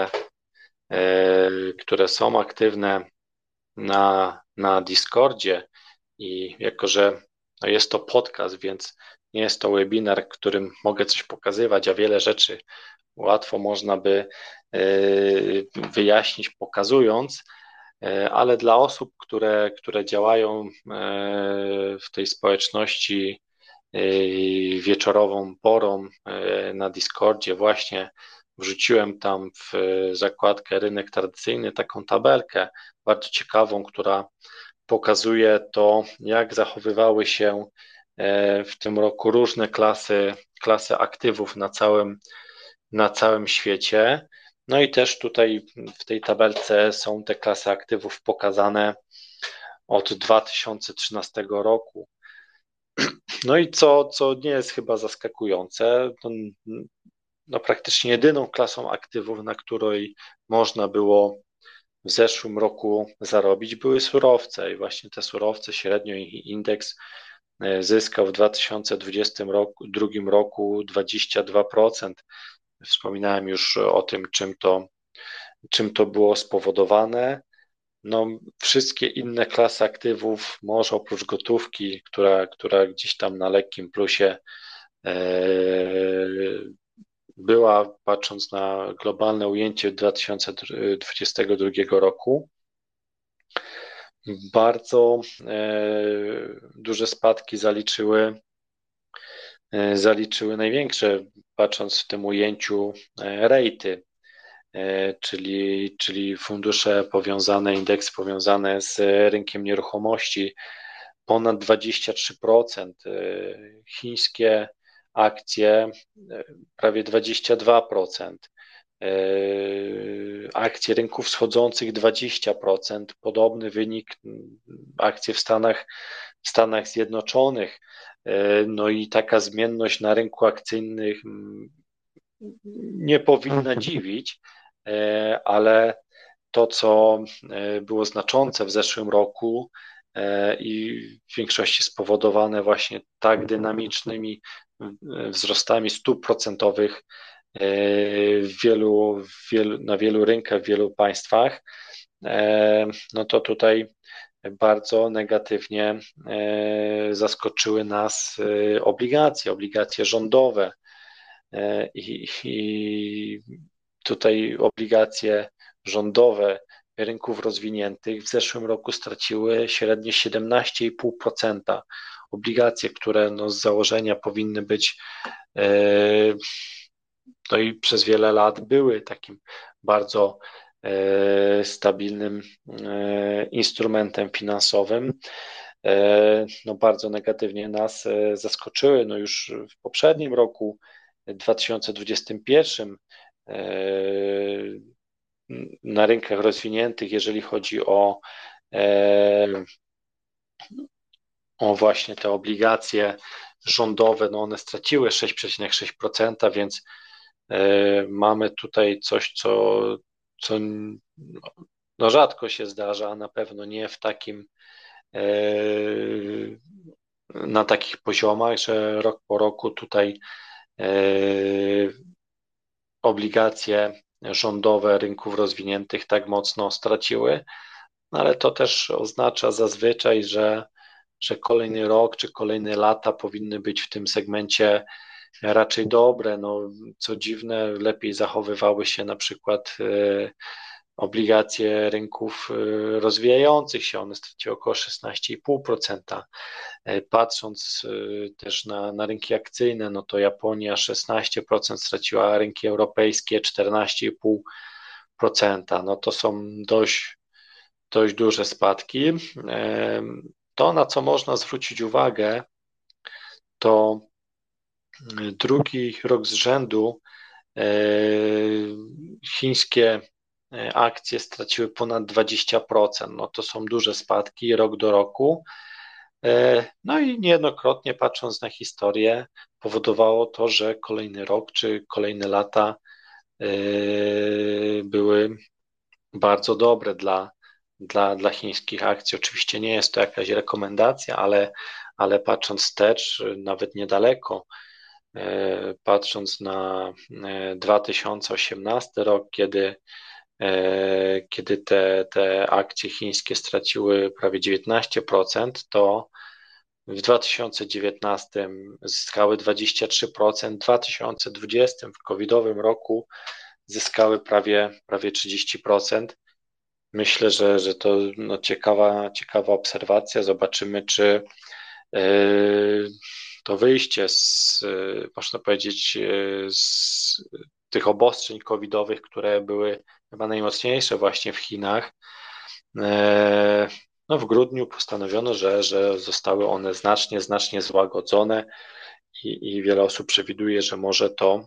które są aktywne na Discordzie i jako, że no jest to podcast, więc nie jest to webinar, w którym mogę coś pokazywać, a wiele rzeczy łatwo można by wyjaśnić pokazując, ale dla osób, które działają w tej społeczności wieczorową porą na Discordzie, właśnie wrzuciłem tam w zakładkę rynek tradycyjny taką tabelkę bardzo ciekawą, która pokazuje to, jak zachowywały się w tym roku różne klasy aktywów na całym świecie. No i też tutaj w tej tabelce są te klasy aktywów pokazane od 2013 roku. No i co nie jest chyba zaskakujące, no praktycznie jedyną klasą aktywów, na której można było w zeszłym roku zarobić, były surowce i właśnie te surowce, średnio indeks zyskał w 2022 roku 22%. Wspominałem już o tym, czym to było spowodowane. No, wszystkie inne klasy aktywów, może oprócz gotówki, która gdzieś tam na lekkim plusie była, patrząc na globalne ujęcie 2022 roku, bardzo duże spadki zaliczyły największe, patrząc w tym ujęciu rejty, czyli fundusze powiązane, indeksy powiązane z rynkiem nieruchomości, ponad 23%, chińskie akcje prawie 22%, akcje rynków wschodzących 20%, podobny wynik akcje w Stanach Zjednoczonych. No i taka zmienność na rynku akcyjnym nie powinna dziwić, ale to, co było znaczące w zeszłym roku i w większości spowodowane właśnie tak dynamicznymi wzrostami stóp procentowych na wielu rynkach, w wielu państwach, no to tutaj bardzo negatywnie zaskoczyły nas obligacje rządowe i tutaj obligacje rządowe rynków rozwiniętych w zeszłym roku straciły średnio 17,5%. Obligacje, które no z założenia powinny być no i przez wiele lat były takim bardzo stabilnym instrumentem finansowym. No bardzo negatywnie nas zaskoczyły. No już w poprzednim roku, 2021, na rynkach rozwiniętych, jeżeli chodzi o właśnie te obligacje rządowe, no one straciły 6,6%, więc mamy tutaj coś, co no rzadko się zdarza, a na pewno nie w takim na takich poziomach, że rok po roku tutaj obligacje rządowe rynków rozwiniętych tak mocno straciły, no ale to też oznacza zazwyczaj, że kolejny rok czy kolejne lata powinny być w tym segmencie raczej dobre. No, co dziwne, lepiej zachowywały się na przykład obligacje rynków rozwijających się, one straciły około 16,5%. Patrząc też na rynki akcyjne, no to Japonia 16% straciła, a rynki europejskie 14,5%. No to są dość duże spadki. To, na co można zwrócić uwagę, to drugi rok z rzędu chińskie akcje straciły ponad 20%. No to są duże spadki rok do roku. No i niejednokrotnie patrząc na historię, powodowało to, że kolejny rok czy kolejne lata były bardzo dobre dla chińskich akcji. Oczywiście nie jest to jakaś rekomendacja, ale patrząc wstecz, nawet niedaleko, patrząc na 2018 rok, kiedy te akcje chińskie straciły prawie 19%, to w 2019 zyskały 23%, w 2020 w covidowym roku zyskały prawie 30%. Myślę, że to no, ciekawa obserwacja. Zobaczymy, czy to wyjście można powiedzieć, z tych obostrzeń covidowych, które były chyba najmocniejsze właśnie w Chinach. No w grudniu postanowiono, że zostały one znacznie złagodzone i wiele osób przewiduje, że może to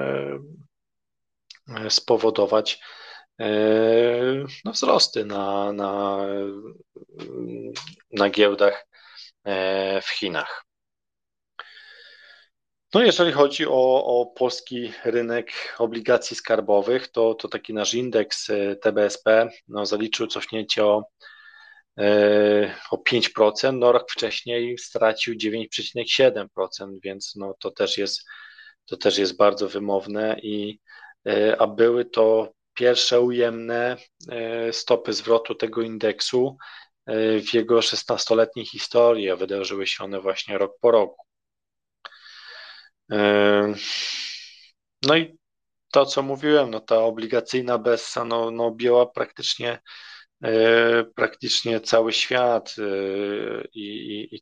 spowodować no, wzrosty na giełdach w Chinach. No jeżeli chodzi o polski rynek obligacji skarbowych, to taki nasz indeks TBSP no, zaliczył cofnięcie o 5%, no rok wcześniej stracił 9,7%, więc no, to też jest bardzo wymowne a były to pierwsze ujemne stopy zwrotu tego indeksu w jego 16-letniej historii, a wydarzyły się one właśnie rok po roku. No i to, co mówiłem, no ta obligacyjna bessa no objęła praktycznie cały świat i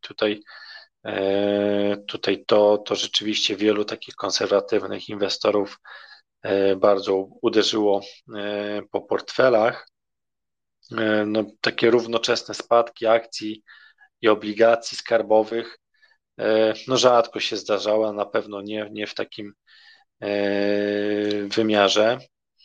tutaj to rzeczywiście wielu takich konserwatywnych inwestorów bardzo uderzyło po portfelach. No, takie równoczesne spadki akcji i obligacji skarbowych no rzadko się zdarzały, a na pewno nie w takim wymiarze.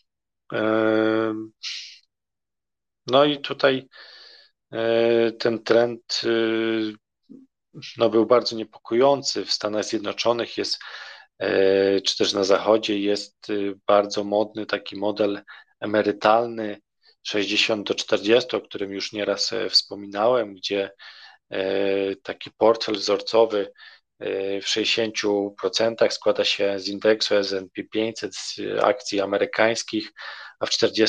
No i tutaj ten trend no, był bardzo niepokojący. W Stanach Zjednoczonych jest, czy też na Zachodzie jest bardzo modny taki model emerytalny 60 do 40, o którym już nieraz wspominałem, gdzie taki portfel wzorcowy w 60% składa się z indeksu S&P 500, z akcji amerykańskich, a w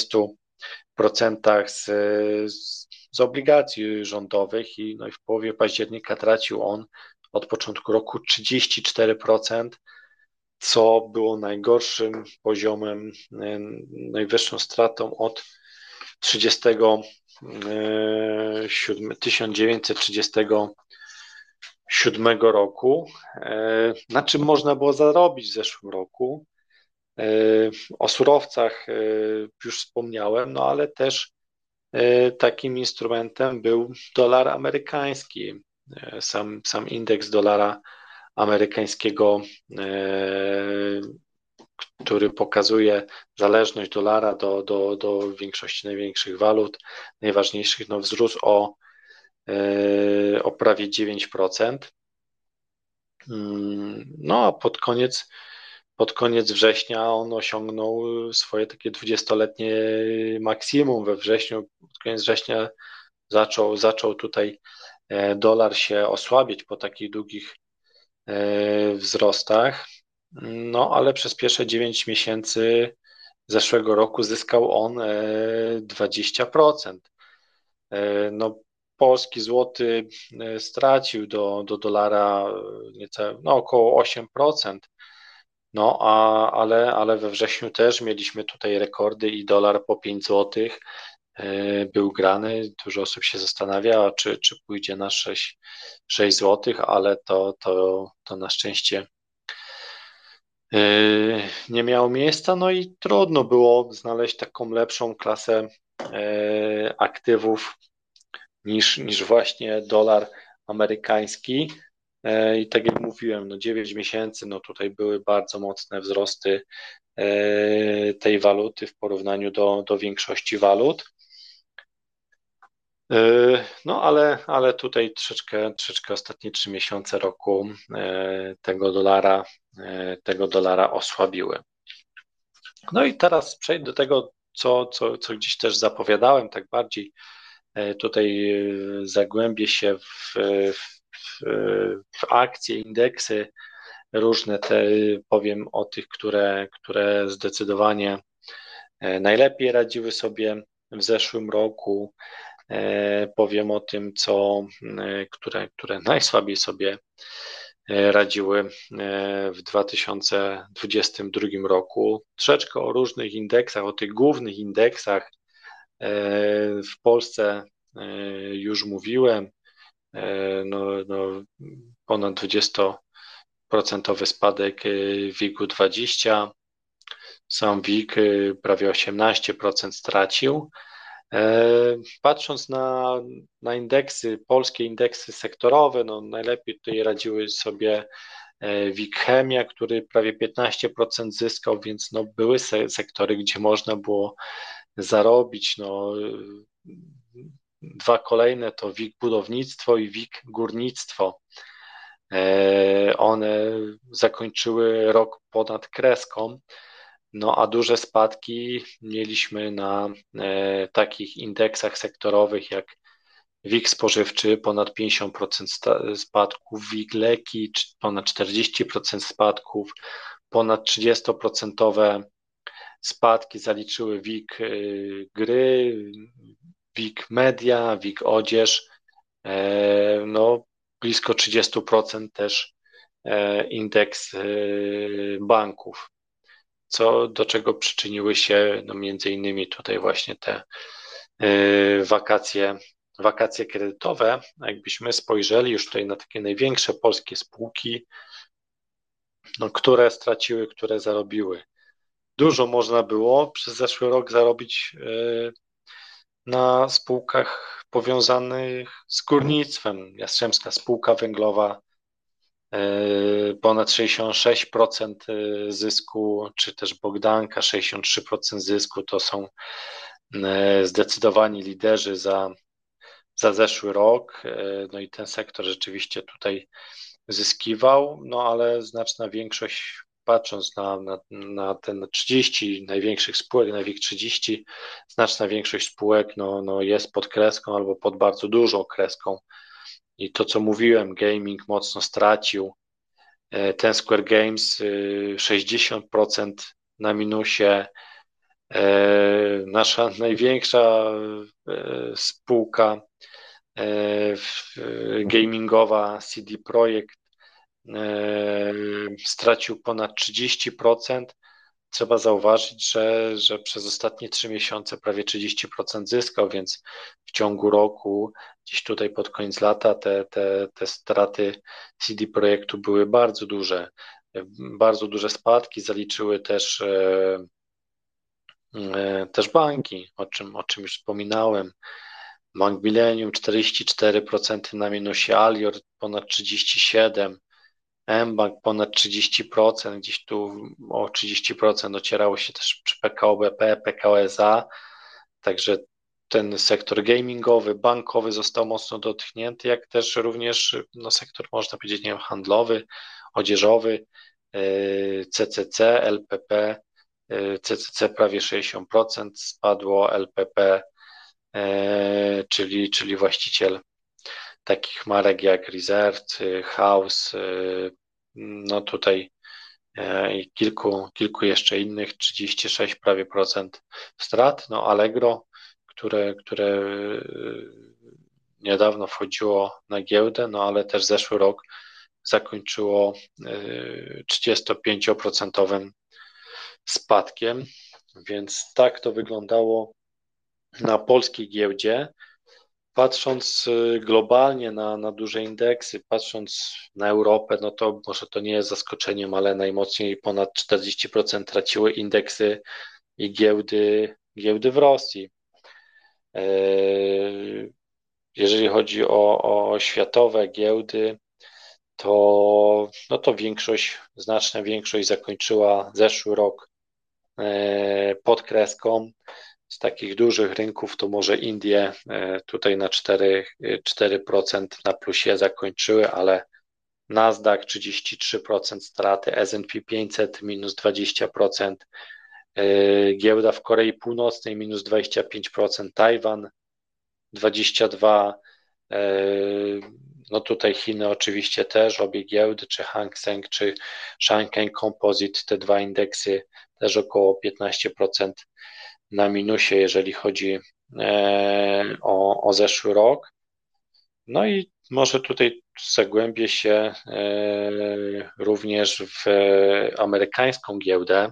40% z obligacji rządowych no i w połowie października tracił on od początku roku 34%, co było najgorszym poziomem, najwyższą stratą od 1937 roku. Na czym można było zarobić w zeszłym roku? O surowcach już wspomniałem, no ale też takim instrumentem był dolar amerykański. Sam indeks dolara amerykańskiego, który pokazuje zależność dolara do większości największych walut, najważniejszych, no wzrósł o prawie 9%. No a pod koniec września on osiągnął swoje takie 20-letnie maksimum we wrześniu. Pod koniec września zaczął tutaj dolar się osłabić po takich długich wzrostach. No ale przez pierwsze 9 miesięcy zeszłego roku zyskał on 20%. No, polski złoty stracił do dolara niecałe, no, około 8%. No, ale we wrześniu też mieliśmy tutaj rekordy i dolar po 5 zł był grany. Dużo osób się zastanawia, czy pójdzie na 6 zł, ale to na szczęście nie miało miejsca. No i trudno było znaleźć taką lepszą klasę aktywów niż właśnie dolar amerykański. I tak jak mówiłem, no 9 miesięcy, no tutaj były bardzo mocne wzrosty tej waluty w porównaniu do większości walut. No ale tutaj troszeczkę ostatnie 3 miesiące roku tego dolara osłabiły. No i teraz przejdę do tego, co gdzieś też zapowiadałem, tak bardziej tutaj zagłębię się w akcje, indeksy różne, powiem o tych, które zdecydowanie najlepiej radziły sobie w zeszłym roku. Powiem o tym, które najsłabiej sobie radziły w 2022 roku. Troszeczkę o różnych indeksach, o tych głównych indeksach w Polsce już mówiłem. No, ponad 20% spadek WIG-u 20, sam WIG prawie 18% stracił. Patrząc na indeksy, polskie indeksy sektorowe, no najlepiej tutaj radziły sobie WIG Chemia, który prawie 15% zyskał, więc no były sektory, gdzie można było zarobić. No, dwa kolejne to WIG Budownictwo i WIG Górnictwo. One zakończyły rok ponad kreską, no a duże spadki mieliśmy na takich indeksach sektorowych jak WIG Spożywczy, ponad 50% spadków, WIG Leki, ponad 40% spadków, ponad 30% spadki zaliczyły WIG Gry, WIG Media, WIG Odzież, no blisko 30% też indeks banków, do czego przyczyniły się no między innymi tutaj właśnie te wakacje kredytowe. Jakbyśmy spojrzeli już tutaj na takie największe polskie spółki, no, które straciły, które zarobiły. Dużo można było przez zeszły rok zarobić na spółkach powiązanych z górnictwem. Jastrzębska Spółka Węglowa ponad 66% zysku, czy też Bogdanka 63% zysku, to są zdecydowani liderzy za zeszły rok. No i ten sektor rzeczywiście tutaj zyskiwał, no ale znaczna większość, patrząc na te 30 największych spółek, na WIG 30, znaczna większość spółek no jest pod kreską albo pod bardzo dużą kreską. I to, co mówiłem, gaming mocno stracił. Ten Square Games 60% na minusie. Nasza największa spółka gamingowa CD Projekt stracił ponad 30%. Trzeba zauważyć, że przez ostatnie 3 miesiące prawie 30% zyskał, więc w ciągu roku, gdzieś tutaj pod koniec lata, te straty CD Projektu były bardzo duże. Bardzo duże spadki zaliczyły też banki, o czym już wspominałem. Bank Millennium 44% na minusie, Alior ponad 37%, mBank ponad 30%, gdzieś tu o 30% ocierało się też przy PKO BP, PKO SA, także ten sektor gamingowy, bankowy został mocno dotknięty, jak też również sektor, można powiedzieć, nie wiem, handlowy, odzieżowy, CCC, LPP, CCC prawie 60% spadło, LPP, czyli właściciel takich marek jak Reserved, House, no tutaj i kilku jeszcze innych, 36 prawie procent strat, no Allegro, które niedawno wchodziło na giełdę, no ale też zeszły rok zakończyło 35% spadkiem, więc tak to wyglądało na polskiej giełdzie. Patrząc globalnie na duże indeksy, patrząc na Europę, no to może to nie jest zaskoczeniem, ale najmocniej ponad 40% traciły indeksy i giełdy w Rosji. Jeżeli chodzi o światowe giełdy, to znaczna większość zakończyła zeszły rok pod kreską. Z takich dużych rynków to może Indie tutaj na 4% na plusie zakończyły, ale Nasdaq 33% straty, S&P 500 minus 20%, giełda w Korei Północnej minus 25%, Tajwan 22%, no tutaj Chiny oczywiście też, obie giełdy, czy Hang Seng, czy Shanghai Composite, te dwa indeksy też około 15% na minusie, jeżeli chodzi o zeszły rok. No i może tutaj zagłębię się również w amerykańską giełdę.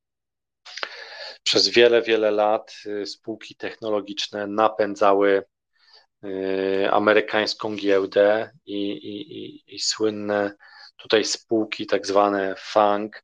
Przez wiele lat spółki technologiczne napędzały amerykańską giełdę i słynne tutaj spółki, tak zwane FANG,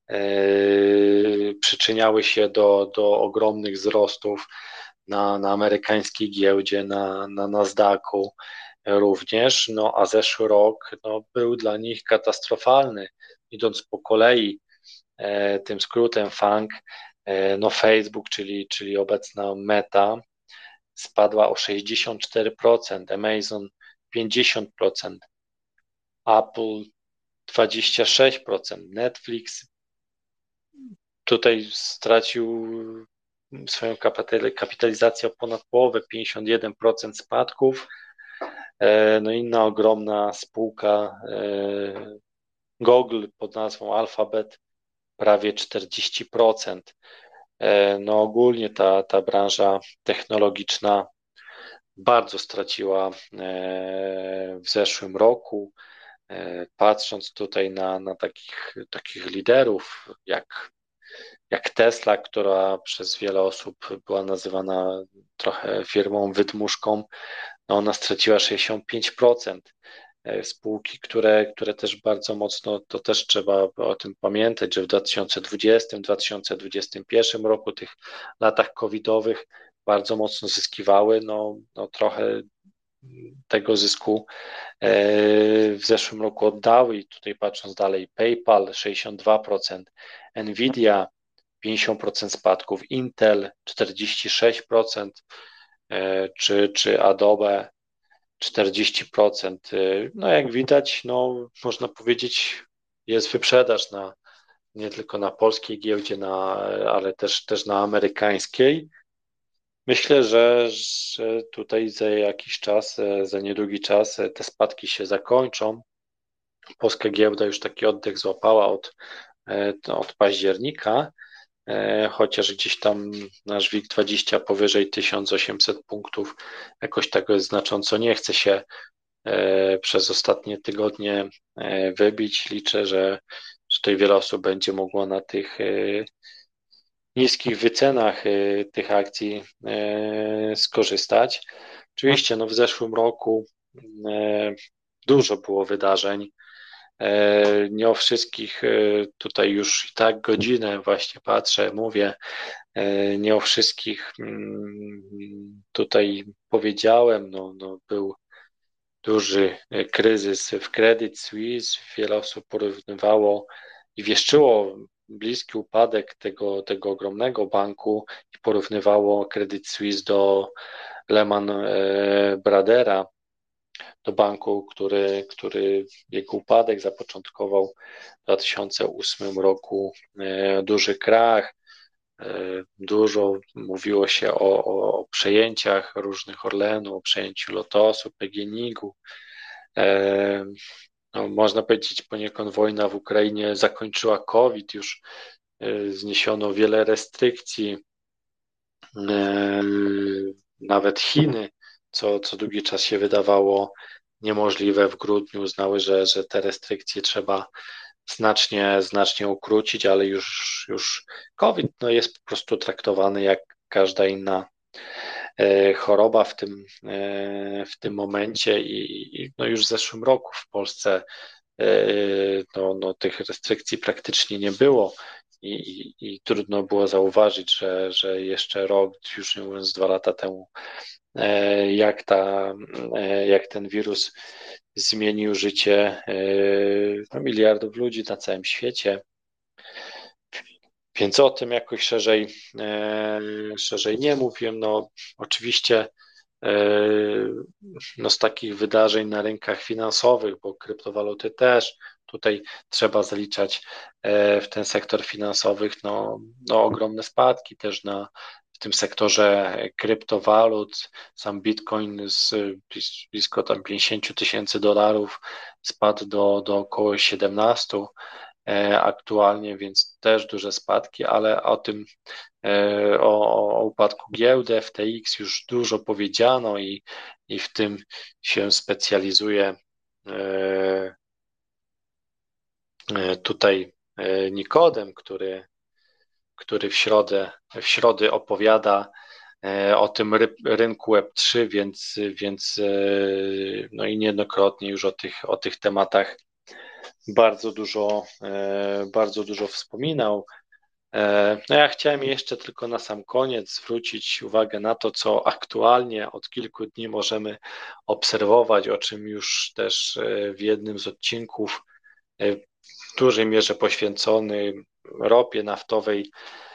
przyczyniały się do ogromnych wzrostów na amerykańskiej giełdzie, na Nasdaqu również, no a zeszły rok był dla nich katastrofalny. Idąc po kolei tym skrótem FANG, Facebook, czyli obecna Meta, spadła o 64%, Amazon 50%, Apple 26%, Netflix tutaj stracił swoją kapitalizację o ponad połowę, 51% spadków. No inna ogromna spółka Google pod nazwą Alphabet prawie 40%. No ogólnie ta branża technologiczna bardzo straciła w zeszłym roku. Patrząc tutaj na takich liderów jak Tesla, która przez wiele osób była nazywana trochę firmą wydmuszką, no ona straciła 65%. Spółki, które też bardzo mocno, to też trzeba o tym pamiętać, że w 2020-2021 roku, tych latach covidowych, bardzo mocno zyskiwały, no trochę tego zysku w zeszłym roku oddały i tutaj patrząc dalej, PayPal 62%, Nvidia 50% spadków, Intel 46%, czy Adobe 40%. No jak widać, można powiedzieć, jest wyprzedaż nie tylko na polskiej giełdzie, ale też na amerykańskiej. Myślę, że tutaj za jakiś czas, za niedługi czas te spadki się zakończą. Polska giełda już taki oddech złapała od października, chociaż gdzieś tam nasz WIG20 powyżej 1800 punktów jakoś tak znacząco nie chce się przez ostatnie tygodnie wybić. Liczę, że tutaj wiele osób będzie mogło na tych niskich wycenach tych akcji skorzystać. Oczywiście w zeszłym roku dużo było wydarzeń, Nie o wszystkich tutaj już i tak godzinę właśnie patrzę, mówię, nie o wszystkich tutaj powiedziałem, no był duży kryzys w Credit Suisse, wiele osób porównywało i wieszczyło bliski upadek tego ogromnego banku i porównywało Credit Suisse do Lehman Brothera, do banku, który jego upadek zapoczątkował w 2008 roku, duży krach. Dużo mówiło się o przejęciach różnych Orlenu, o przejęciu Lotosu, PGNiG-u. No, można powiedzieć, poniekąd wojna w Ukrainie zakończyła COVID, już zniesiono wiele restrykcji. Nawet Chiny, co długi czas się wydawało niemożliwe, w grudniu uznały, że te restrykcje trzeba znacznie ukrócić, ale już COVID no, jest po prostu traktowany jak każda inna choroba w tym momencie i no już w zeszłym roku w Polsce no, tych restrykcji praktycznie nie było i trudno było zauważyć, że jeszcze rok, już nie mówiąc 2 lata temu, jak ten wirus zmienił życie no, miliardów ludzi na całym świecie. Więc o tym jakoś szerzej nie mówiłem. No, oczywiście no, z takich wydarzeń na rynkach finansowych, bo kryptowaluty też tutaj trzeba zaliczać w ten sektor finansowych no ogromne spadki też w tym sektorze kryptowalut. Sam Bitcoin z blisko tam 50 000 dolarów spadł do około 17 aktualnie, więc też duże spadki, ale o tym, o upadku giełdy FTX już dużo powiedziano i w tym się specjalizuje tutaj Nikodem, który w środę opowiada o tym rynku Web3, więc no i niejednokrotnie już o tych tematach bardzo dużo wspominał. No ja chciałem jeszcze tylko na sam koniec zwrócić uwagę na to, co aktualnie od kilku dni możemy obserwować, o czym już też w jednym z odcinków w dużej mierze poświęcony ropie naftowej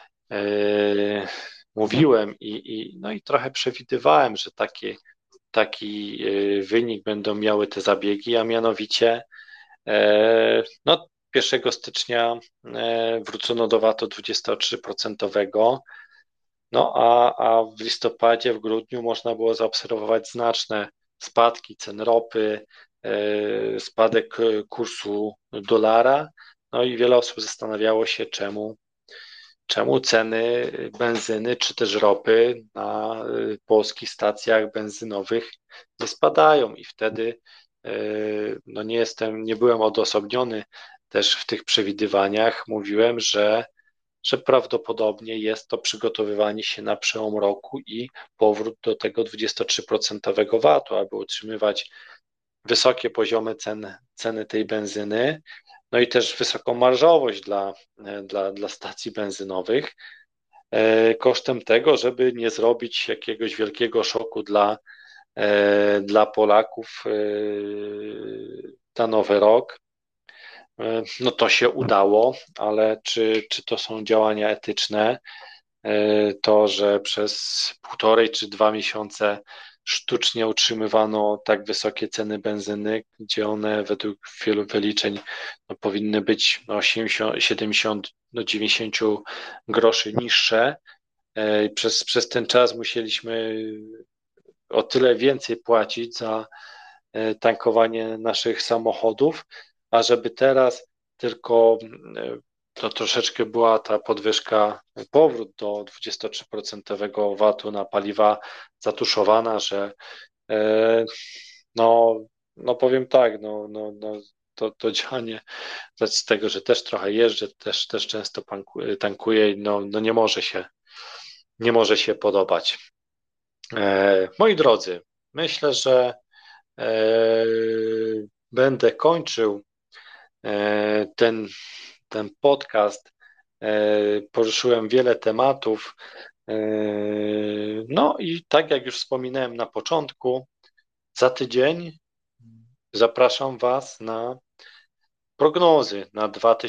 mówiłem no i trochę przewidywałem, że taki wynik będą miały te zabiegi, a mianowicie no 1 stycznia wrócono do VAT-u 23%, no a w listopadzie, w grudniu można było zaobserwować znaczne spadki cen ropy, spadek kursu dolara, no i wiele osób zastanawiało się, czemu ceny benzyny czy też ropy na polskich stacjach benzynowych nie spadają i wtedy no nie byłem odosobniony też w tych przewidywaniach. Mówiłem, że prawdopodobnie jest to przygotowywanie się na przełom roku i powrót do tego 23% VAT-u, aby utrzymywać wysokie poziomy ceny tej benzyny, no i też wysoką marżowość dla stacji benzynowych, kosztem tego, żeby nie zrobić jakiegoś wielkiego szoku dla Polaków na Nowy Rok. No to się udało, ale czy to są działania etyczne? To, że przez 1,5 czy 2 miesiące sztucznie utrzymywano tak wysokie ceny benzyny, gdzie one według wielu wyliczeń no, powinny być no, 80, 70 do 90 groszy niższe. Przez ten czas musieliśmy o tyle więcej płacić za tankowanie naszych samochodów, a żeby teraz tylko to troszeczkę była ta podwyżka, powrót do 23% VAT-u na paliwa zatuszowana, że no, no powiem tak, no to działanie z tego, że też trochę jeżdżę, też często tankuję, no nie może się podobać. Moi drodzy, myślę, że będę kończył ten, ten podcast poruszyłem wiele tematów. No i tak jak już wspominałem na początku, za tydzień zapraszam Was na prognozy na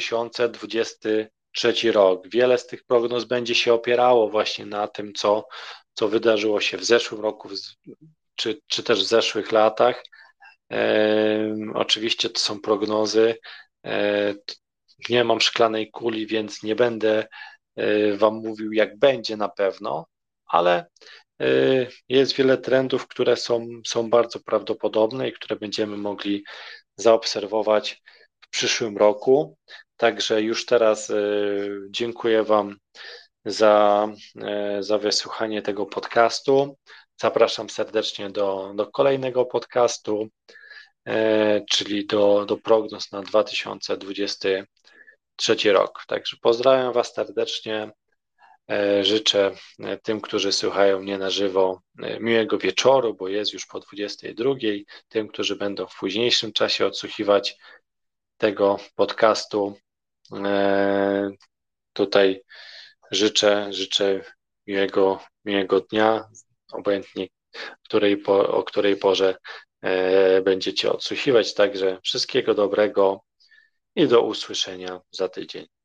2023 rok. Wiele z tych prognoz będzie się opierało właśnie na tym, co wydarzyło się w zeszłym roku, czy też w zeszłych latach. Oczywiście to są prognozy. Nie mam szklanej kuli, więc nie będę Wam mówił, jak będzie na pewno, ale jest wiele trendów, które są bardzo prawdopodobne i które będziemy mogli zaobserwować w przyszłym roku. Także już teraz dziękuję Wam za wysłuchanie tego podcastu. Zapraszam serdecznie do kolejnego podcastu, czyli do prognoz na 2023 rok. Także pozdrawiam Was serdecznie. Życzę tym, którzy słuchają mnie na żywo, miłego wieczoru, bo jest już po 22. Tym, którzy będą w późniejszym czasie odsłuchiwać tego podcastu, tutaj życzę miłego dnia, obojętnie o której porze będziecie odsłuchiwać. Także wszystkiego dobrego i do usłyszenia za tydzień.